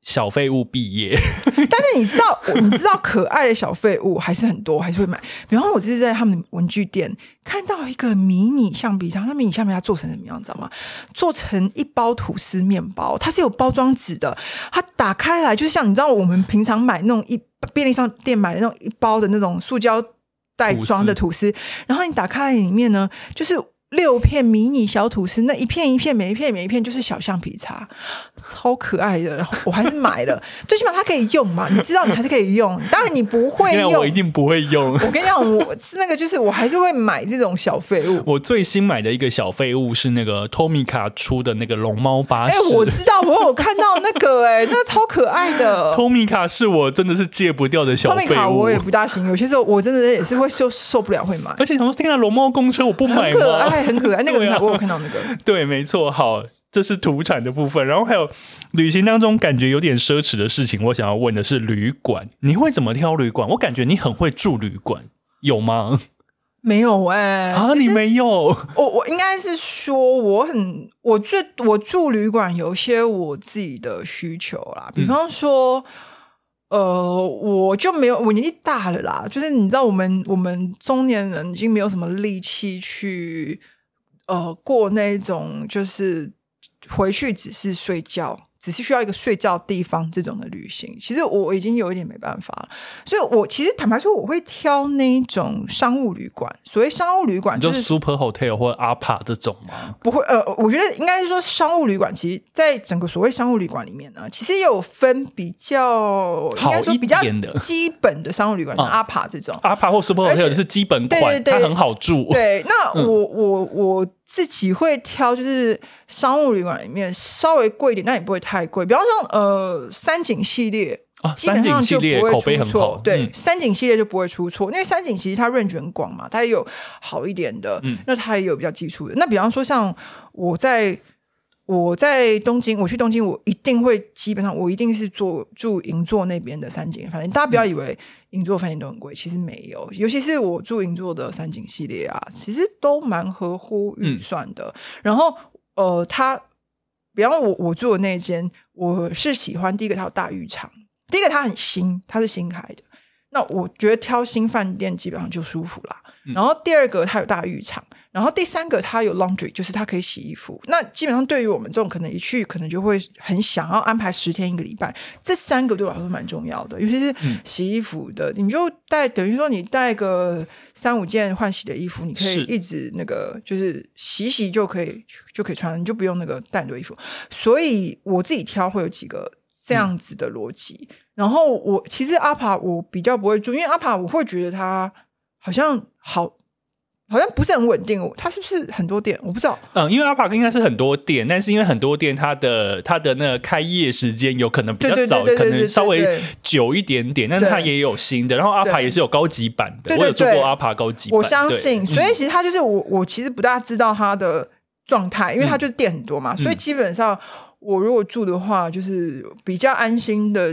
[SPEAKER 1] 小废物毕业。
[SPEAKER 2] 但是你知道可爱的小废物还是很多，还是会买。比方我就是在他们文具店看到一个迷你橡皮擦，那迷你橡皮擦做成什么样知道吗？做成一包吐司面包，它是有包装纸的，它打开来就是像你知道我们平常买那种便利商店买的那种一包的那种塑胶袋装的吐司，然后你打开来里面呢就是6片迷你小吐司，那一片一片，每一片就是小橡皮擦，超可爱的。我还是买了，最起码它可以用嘛，你知道你还是可以用。当然你不会用，
[SPEAKER 1] 我一定不会用。
[SPEAKER 2] 我跟你讲，我那个就是我还是会买这种小废物。
[SPEAKER 1] 我最新买的一个小废物是那个 Tomica 出的那个龙猫巴士。
[SPEAKER 2] 我知道，我有看到那个那个超可爱的。
[SPEAKER 1] Tomica 是我真的是戒不掉的小废物。
[SPEAKER 2] Tomica 我也不大行，有些时候我真的也是会受不了会买。
[SPEAKER 1] 而且想说，天啊，龙猫公车我不买吗？
[SPEAKER 2] 很可爱，那个我有看到那个。
[SPEAKER 1] 对，没错。好，这是土产的部分，然后还有旅行当中感觉有点奢侈的事情。我想要问的是旅馆，你会怎么挑旅馆？我感觉你很会住旅馆，有吗？
[SPEAKER 2] 没有
[SPEAKER 1] 你没有？
[SPEAKER 2] 我应该是说我住旅馆有些我自己的需求啦，比方说。我就没有，我年纪大了啦，就是你知道我们中年人已经没有什么力气去过那种就是回去只是睡觉，只是需要一个睡觉地方这种的旅行，其实我已经有一点没办法了，所以我其实坦白说我会挑那一种商务旅馆。所谓商务旅馆就是
[SPEAKER 1] Super Hotel 或者 APA 这种吗？
[SPEAKER 2] 不会，我觉得应该是说商务旅馆，其实在整个所谓商务旅馆里面呢，其实也有分比较应该说比较基本的商务旅馆，像 APA 这种
[SPEAKER 1] APA 或 Super Hotel 是基本款，它很好住。
[SPEAKER 2] 对，那我自己会挑就是商务旅馆里面稍微贵一点，但也不会太贵。比方说三井系列基本上就不会出错。对，三井系列就不会出错，因为三井其实它range很广嘛，它也有好一点的，那它也有比较基础的。那比方说像我在东京，我去东京，我一定会基本上我一定是住银座那边的三井饭店。大家不要以为银座饭店都很贵，其实没有，尤其是我住银座的三井系列啊，其实都蛮合乎预算的。然后它比方我住的那间，我是喜欢第一个它有大浴场，第一个它很新，它是新开的，那我觉得挑新饭店基本上就舒服啦。然后第二个它有大浴场，然后第三个它有 laundry， 就是它可以洗衣服。那基本上对于我们这种可能一去可能就会很想要安排10天1个礼拜，这3个对我来说蛮重要的，尤其是洗衣服的，你就等于说你带个3-5件换洗的衣服，你可以一直那个就是洗就可以穿，你就不用那个带很多衣服。所以我自己挑会有几个这样子的逻辑。然后我其实阿帕我比较不会住，因为阿帕我会觉得它好像不是很稳定，它是不是很多店我不知道。
[SPEAKER 1] 因为阿帕应该是很多店，但是因为很多店它的那个开业时间有可能比较早，可能稍微久一点点，但是它也有新的。然后阿帕也是有高级版的，我有做过阿帕高级版，
[SPEAKER 2] 我相信。所以其实它就是我其实不大知道它的状态，因为它就是店很多嘛，所以基本上我如果住的话，就是比较安心的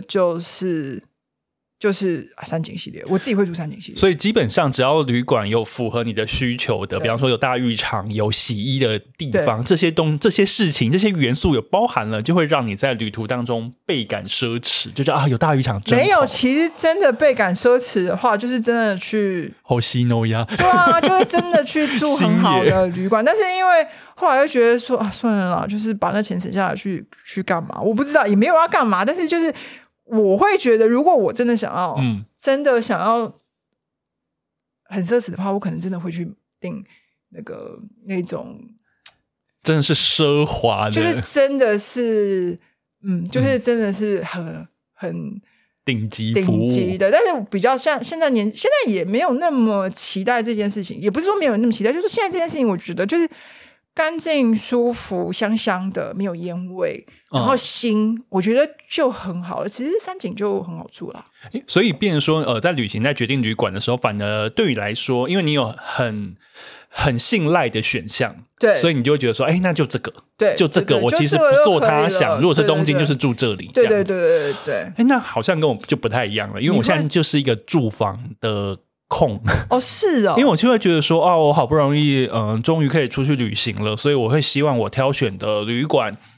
[SPEAKER 2] 就是三井系列，我自己会住三井系列。
[SPEAKER 1] 所以基本上只要旅馆有符合你的需求的，比方说有大浴场、有洗衣的地方，这些事情、这些元素有包含了，就会让你在旅途当中倍感奢侈，就觉得有大浴场真好。
[SPEAKER 2] 没有，其实真的倍感奢侈的话，就是真的去
[SPEAKER 1] 好西诺呀，
[SPEAKER 2] 对啊，就会真的去住很好的旅馆。但是因为后来又觉得说算了啦，就是把那钱省下来去干嘛？我不知道，也没有要干嘛，但是就是我会觉得，如果我真的想要，想要很奢侈的话，我可能真的会去订那种
[SPEAKER 1] 真的是奢华的，
[SPEAKER 2] 就是真的是就是真的是很
[SPEAKER 1] 顶级服务
[SPEAKER 2] 的。但是比较像现在也没有那么期待这件事情，也不是说没有那么期待，就是现在这件事情我觉得就是干净舒服香香的，没有烟味，然后新，我觉得就很好了。其实三井就很好住啦。
[SPEAKER 1] 所以变成说在旅行在决定旅馆的时候，反而对你来说，因为你有很信赖的选项，
[SPEAKER 2] 对，
[SPEAKER 1] 所以你就会觉得说那就这个，
[SPEAKER 2] 对，
[SPEAKER 1] 就这个，我其实不做他想，如果是东京就是住这里，
[SPEAKER 2] 对，
[SPEAKER 1] 那好像跟我就不太一样了，因为我现在就是一个住房的控
[SPEAKER 2] 是哦，
[SPEAKER 1] 因为我就会觉得说我好不容易终于可以出去旅行了，所以我会希望我挑选的旅馆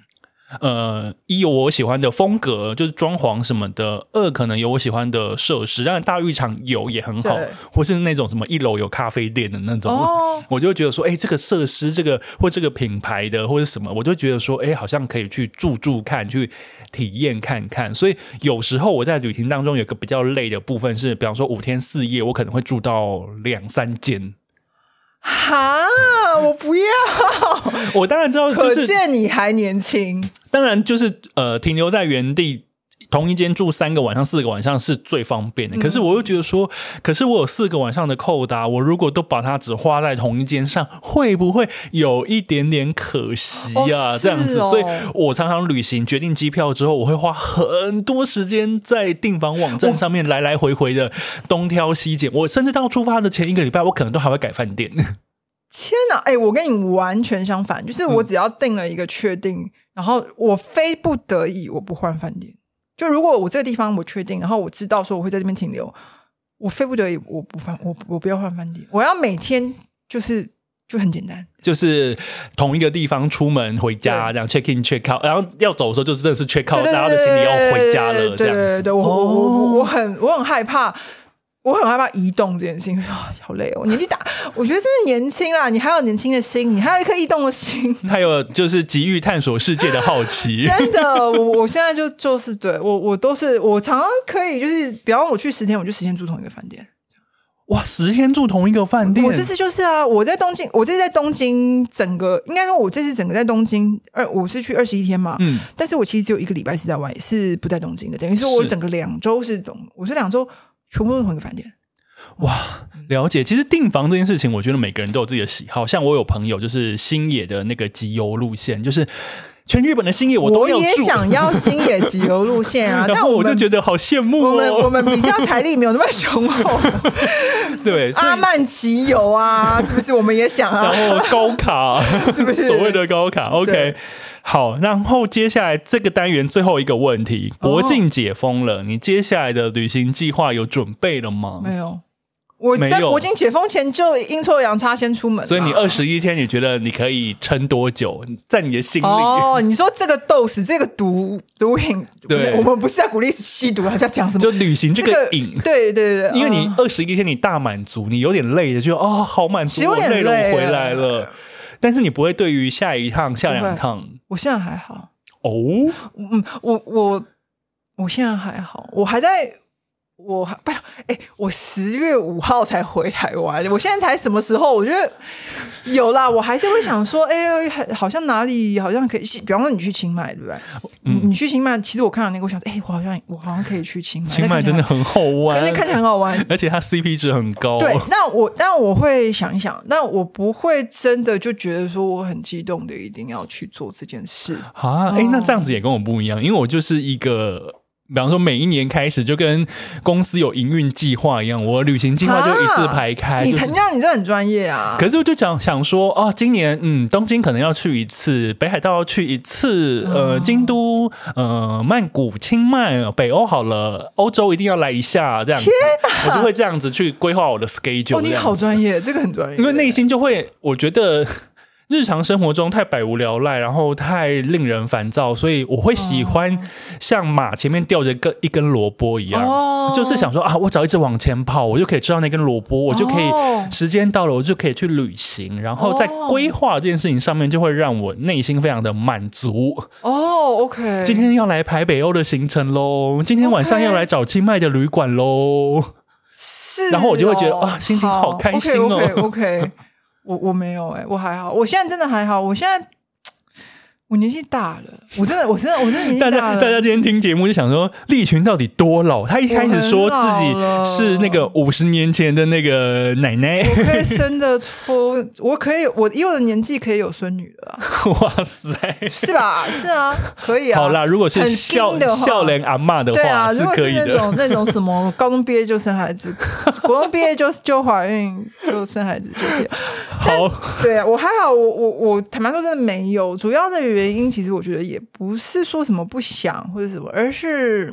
[SPEAKER 1] 一有我喜欢的风格，就是装潢什么的；二可能有我喜欢的设施，当然大浴场有也很好，或是那种什么一楼有咖啡店的那种，我就会觉得说，这个设施这个或这个品牌的或者什么，我就觉得说，好像可以去住看，去体验看看。所以有时候我在旅行当中有个比较累的部分是，比方说5天4夜，我可能会住到2-3间。
[SPEAKER 2] 哈，我不要！
[SPEAKER 1] 我当然知道，就是
[SPEAKER 2] 可见你还年轻。
[SPEAKER 1] 当然就是停留在原地，同一间住3个晚上、4个晚上是最方便的。可是我又觉得说，可是我有4个晚上的扣打，我如果都把它只花在同一间上，会不会有一点点可惜啊？这样子，所以我常常旅行决定机票之后，我会花很多时间在订房网站上面来来回回的东挑西拣。我甚至到出发的前1个礼拜，我可能都还会改饭店。
[SPEAKER 2] 天哪，我跟你完全相反，就是我只要定了一个确定，然后我非不得已我不换饭店。就如果我这个地方我确定，然后我知道说我会在这边停留，我非不得已我不要换饭店，我要每天就很简单，就是
[SPEAKER 1] 同一个地方出门回家，这样 check in check out， 然后要走的时候就真的是 check out， 大家的行李要回家了，这样子。
[SPEAKER 2] 对，我很害怕。我很害怕移动这件事情，好累哦！年纪大，我觉得真是年轻啦，你还有年轻的心，你还有一颗异动的心，
[SPEAKER 1] 还有就是急于探索世界的好奇。
[SPEAKER 2] 真的，我现在就是对我都是，我常常可以就是，比方我去10天，我就10天住同一个饭店。
[SPEAKER 1] 哇，10天住同一个饭店？
[SPEAKER 2] 我这次就是啊，我这次在东京整个，应该说我这次整个在东京，我是去21天嘛，但是我其实只有1个礼拜是在外，是不在东京的，等于说我整个2周我是2周。全部都是同一个饭店。
[SPEAKER 1] 哇，了解。其实订房这件事情，我觉得每个人都有自己的喜好。像我有朋友就是星野的那个集邮路线，就是全日本的星野我都要住。
[SPEAKER 2] 我也想要星野集邮路线啊，
[SPEAKER 1] 然后我就觉得好羡慕
[SPEAKER 2] 哦。我们比较财力没有那么雄厚。
[SPEAKER 1] 对，
[SPEAKER 2] 阿曼集邮啊，是不是我们也想啊？
[SPEAKER 1] 然后高卡
[SPEAKER 2] 是不是
[SPEAKER 1] 所谓的高卡 ？OK。好，然后接下来这个单元最后一个问题，国境解封了，你接下来的旅行计划有准备了吗？
[SPEAKER 2] 没有，我在国境解封前就阴错阳差先出门，
[SPEAKER 1] 所以你21天，你觉得你可以撑多久？在你的心里？
[SPEAKER 2] 你说这个dose这个毒瘾，对，我们不是在鼓励吸毒，还在讲什么？
[SPEAKER 1] 就旅行这个瘾，
[SPEAKER 2] 对，
[SPEAKER 1] 因为你21天你大满足，你有点累的，就好满足，我累了，我回来了。但是你不会对于下一趟、下2趟，
[SPEAKER 2] 我现在还好
[SPEAKER 1] 哦。
[SPEAKER 2] 我现在还好，我还在。我10月5号才回台湾，我现在才什么时候？我觉得有啦，我还是会想说，好像哪里好像可以，比方说你去清迈，对不对？你去清迈，其实我看到那个，我想说，我好像可以去清迈。
[SPEAKER 1] 清迈真的很好玩，
[SPEAKER 2] 那看起来很好玩，
[SPEAKER 1] 而且它 CP 值很高。
[SPEAKER 2] 对，但我会想一想，但我不会真的就觉得说我很激动的一定要去做这件事
[SPEAKER 1] 啊。那这样子也跟我不一样，因为我就是一个。比方说每一年开始就跟公司有营运计划一样，我旅行计划就一字排开。
[SPEAKER 2] 你这很专业啊！
[SPEAKER 1] 可是我就想说，今年东京可能要去1次，北海道要去1次，京都、曼谷、清迈、北欧好了，欧洲一定要来一下，这样子，我就会这样子去规划我的 schedule。
[SPEAKER 2] 你好专业，这个很专业，
[SPEAKER 1] 因为内心就会，我觉得。日常生活中太百无聊赖，然后太令人烦躁，所以我会喜欢像马前面吊着一根萝卜一样，就是想说我只要一直往前跑，我就可以吃到那根萝卜，我就可以时间到了，我就可以去旅行，然后在规划这件事情上面，就会让我内心非常的满足。
[SPEAKER 2] OK，
[SPEAKER 1] 今天要来排北欧的行程咯，今天晚上要来找清迈的旅馆咯，
[SPEAKER 2] 是，
[SPEAKER 1] 然后我就会觉得心情好开心哦。
[SPEAKER 2] OK。我没有我还好，我现在真的还好，我年纪大了，我真的年纪大了。
[SPEAKER 1] 大家今天听节目就想说，立群到底多老？他一开始说自己是那个50年前的那个奶奶，
[SPEAKER 2] 我可以生得出，我以我的年纪可以有孙女了。
[SPEAKER 1] 哇塞，
[SPEAKER 2] 是吧？是啊，可以啊。
[SPEAKER 1] 好啦，如果是笑脸阿嬷的话，是可以的。
[SPEAKER 2] 如果是那种什么高中毕业就生孩子，国中毕业就怀孕就生孩子就可以。
[SPEAKER 1] 好，
[SPEAKER 2] 对啊，我还好，我坦白说真的没有，主要的原因其实我觉得也不是说什么不想或者什么，而是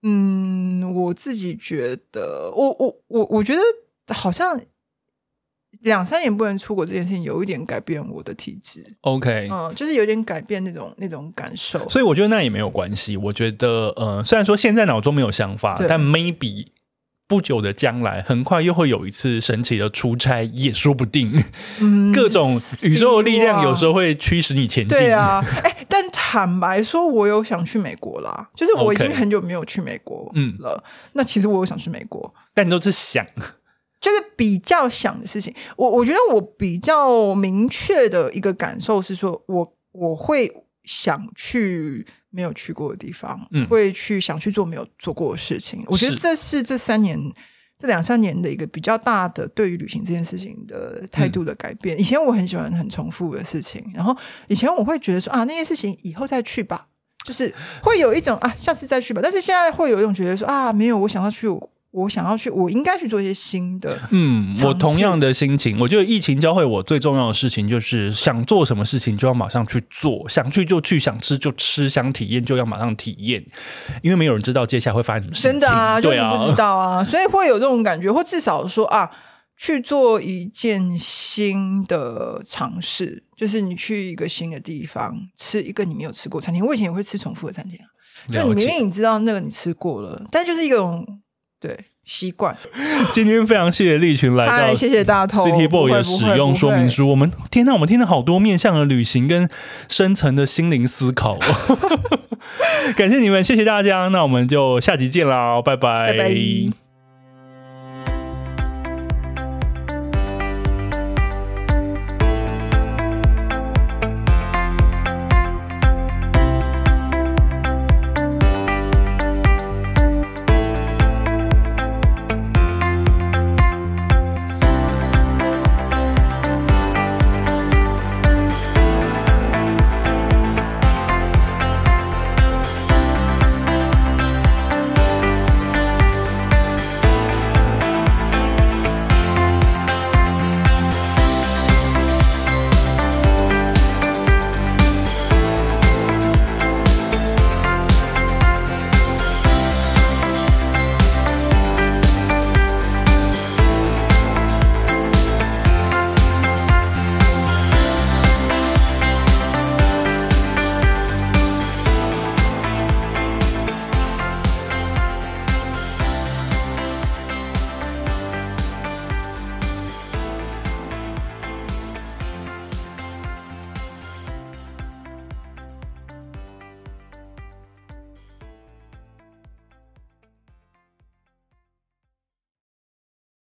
[SPEAKER 2] 我自己觉得我觉得好像 2-3年不能出国这件事情有一点改变我的体质。
[SPEAKER 1] OK，
[SPEAKER 2] 就是有点改变那种感受。
[SPEAKER 1] 所以我觉得那也没有关系。我觉得虽然说现在脑中没有想法，但 maybe 不久的将来很快又会有一次神奇的出差也说不定。各种宇宙的力量有时候会驱使你前进。
[SPEAKER 2] 对啊，但坦白说我有想去美国啦，就是我已经很久没有去美国了。那其实我有想去美国，
[SPEAKER 1] 但你都是想，
[SPEAKER 2] 就是比较想的事情。我觉得我比较明确的一个感受是说，我会想去没有去过的地方，会去想去做没有做过的事情。我觉得这是这2-3年的一个比较大的对于旅行这件事情的态度的改变。以前我很喜欢很重复的事情，然后以前我会觉得说那些事情以后再去吧，就是会有一种下次再去吧。但是现在会有一种觉得说没有，我想要去，我应该去做一些新的。
[SPEAKER 1] 我同样的心情。我觉得疫情教会我最重要的事情就是想做什么事情就要马上去做，想去就去，想吃就吃，想体验就要马上体验，因为没有人知道接下来会发生什么事情。
[SPEAKER 2] 真的啊，就是不知道啊，所以会有这种感觉，或至少说去做一件新的尝试，就是你去一个新的地方吃一个你没有吃过餐厅。我以前也会吃重复的餐厅就你明明你知道那个你吃过了，但就是一种对习惯。
[SPEAKER 1] 今天非常谢谢立群来到，
[SPEAKER 2] 谢谢大头
[SPEAKER 1] City Boy 的使用说明书。我们听了好多面向的旅行跟深层的心灵思考。感谢你们，谢谢大家，那我们就下集见啦，拜拜。
[SPEAKER 2] 拜拜。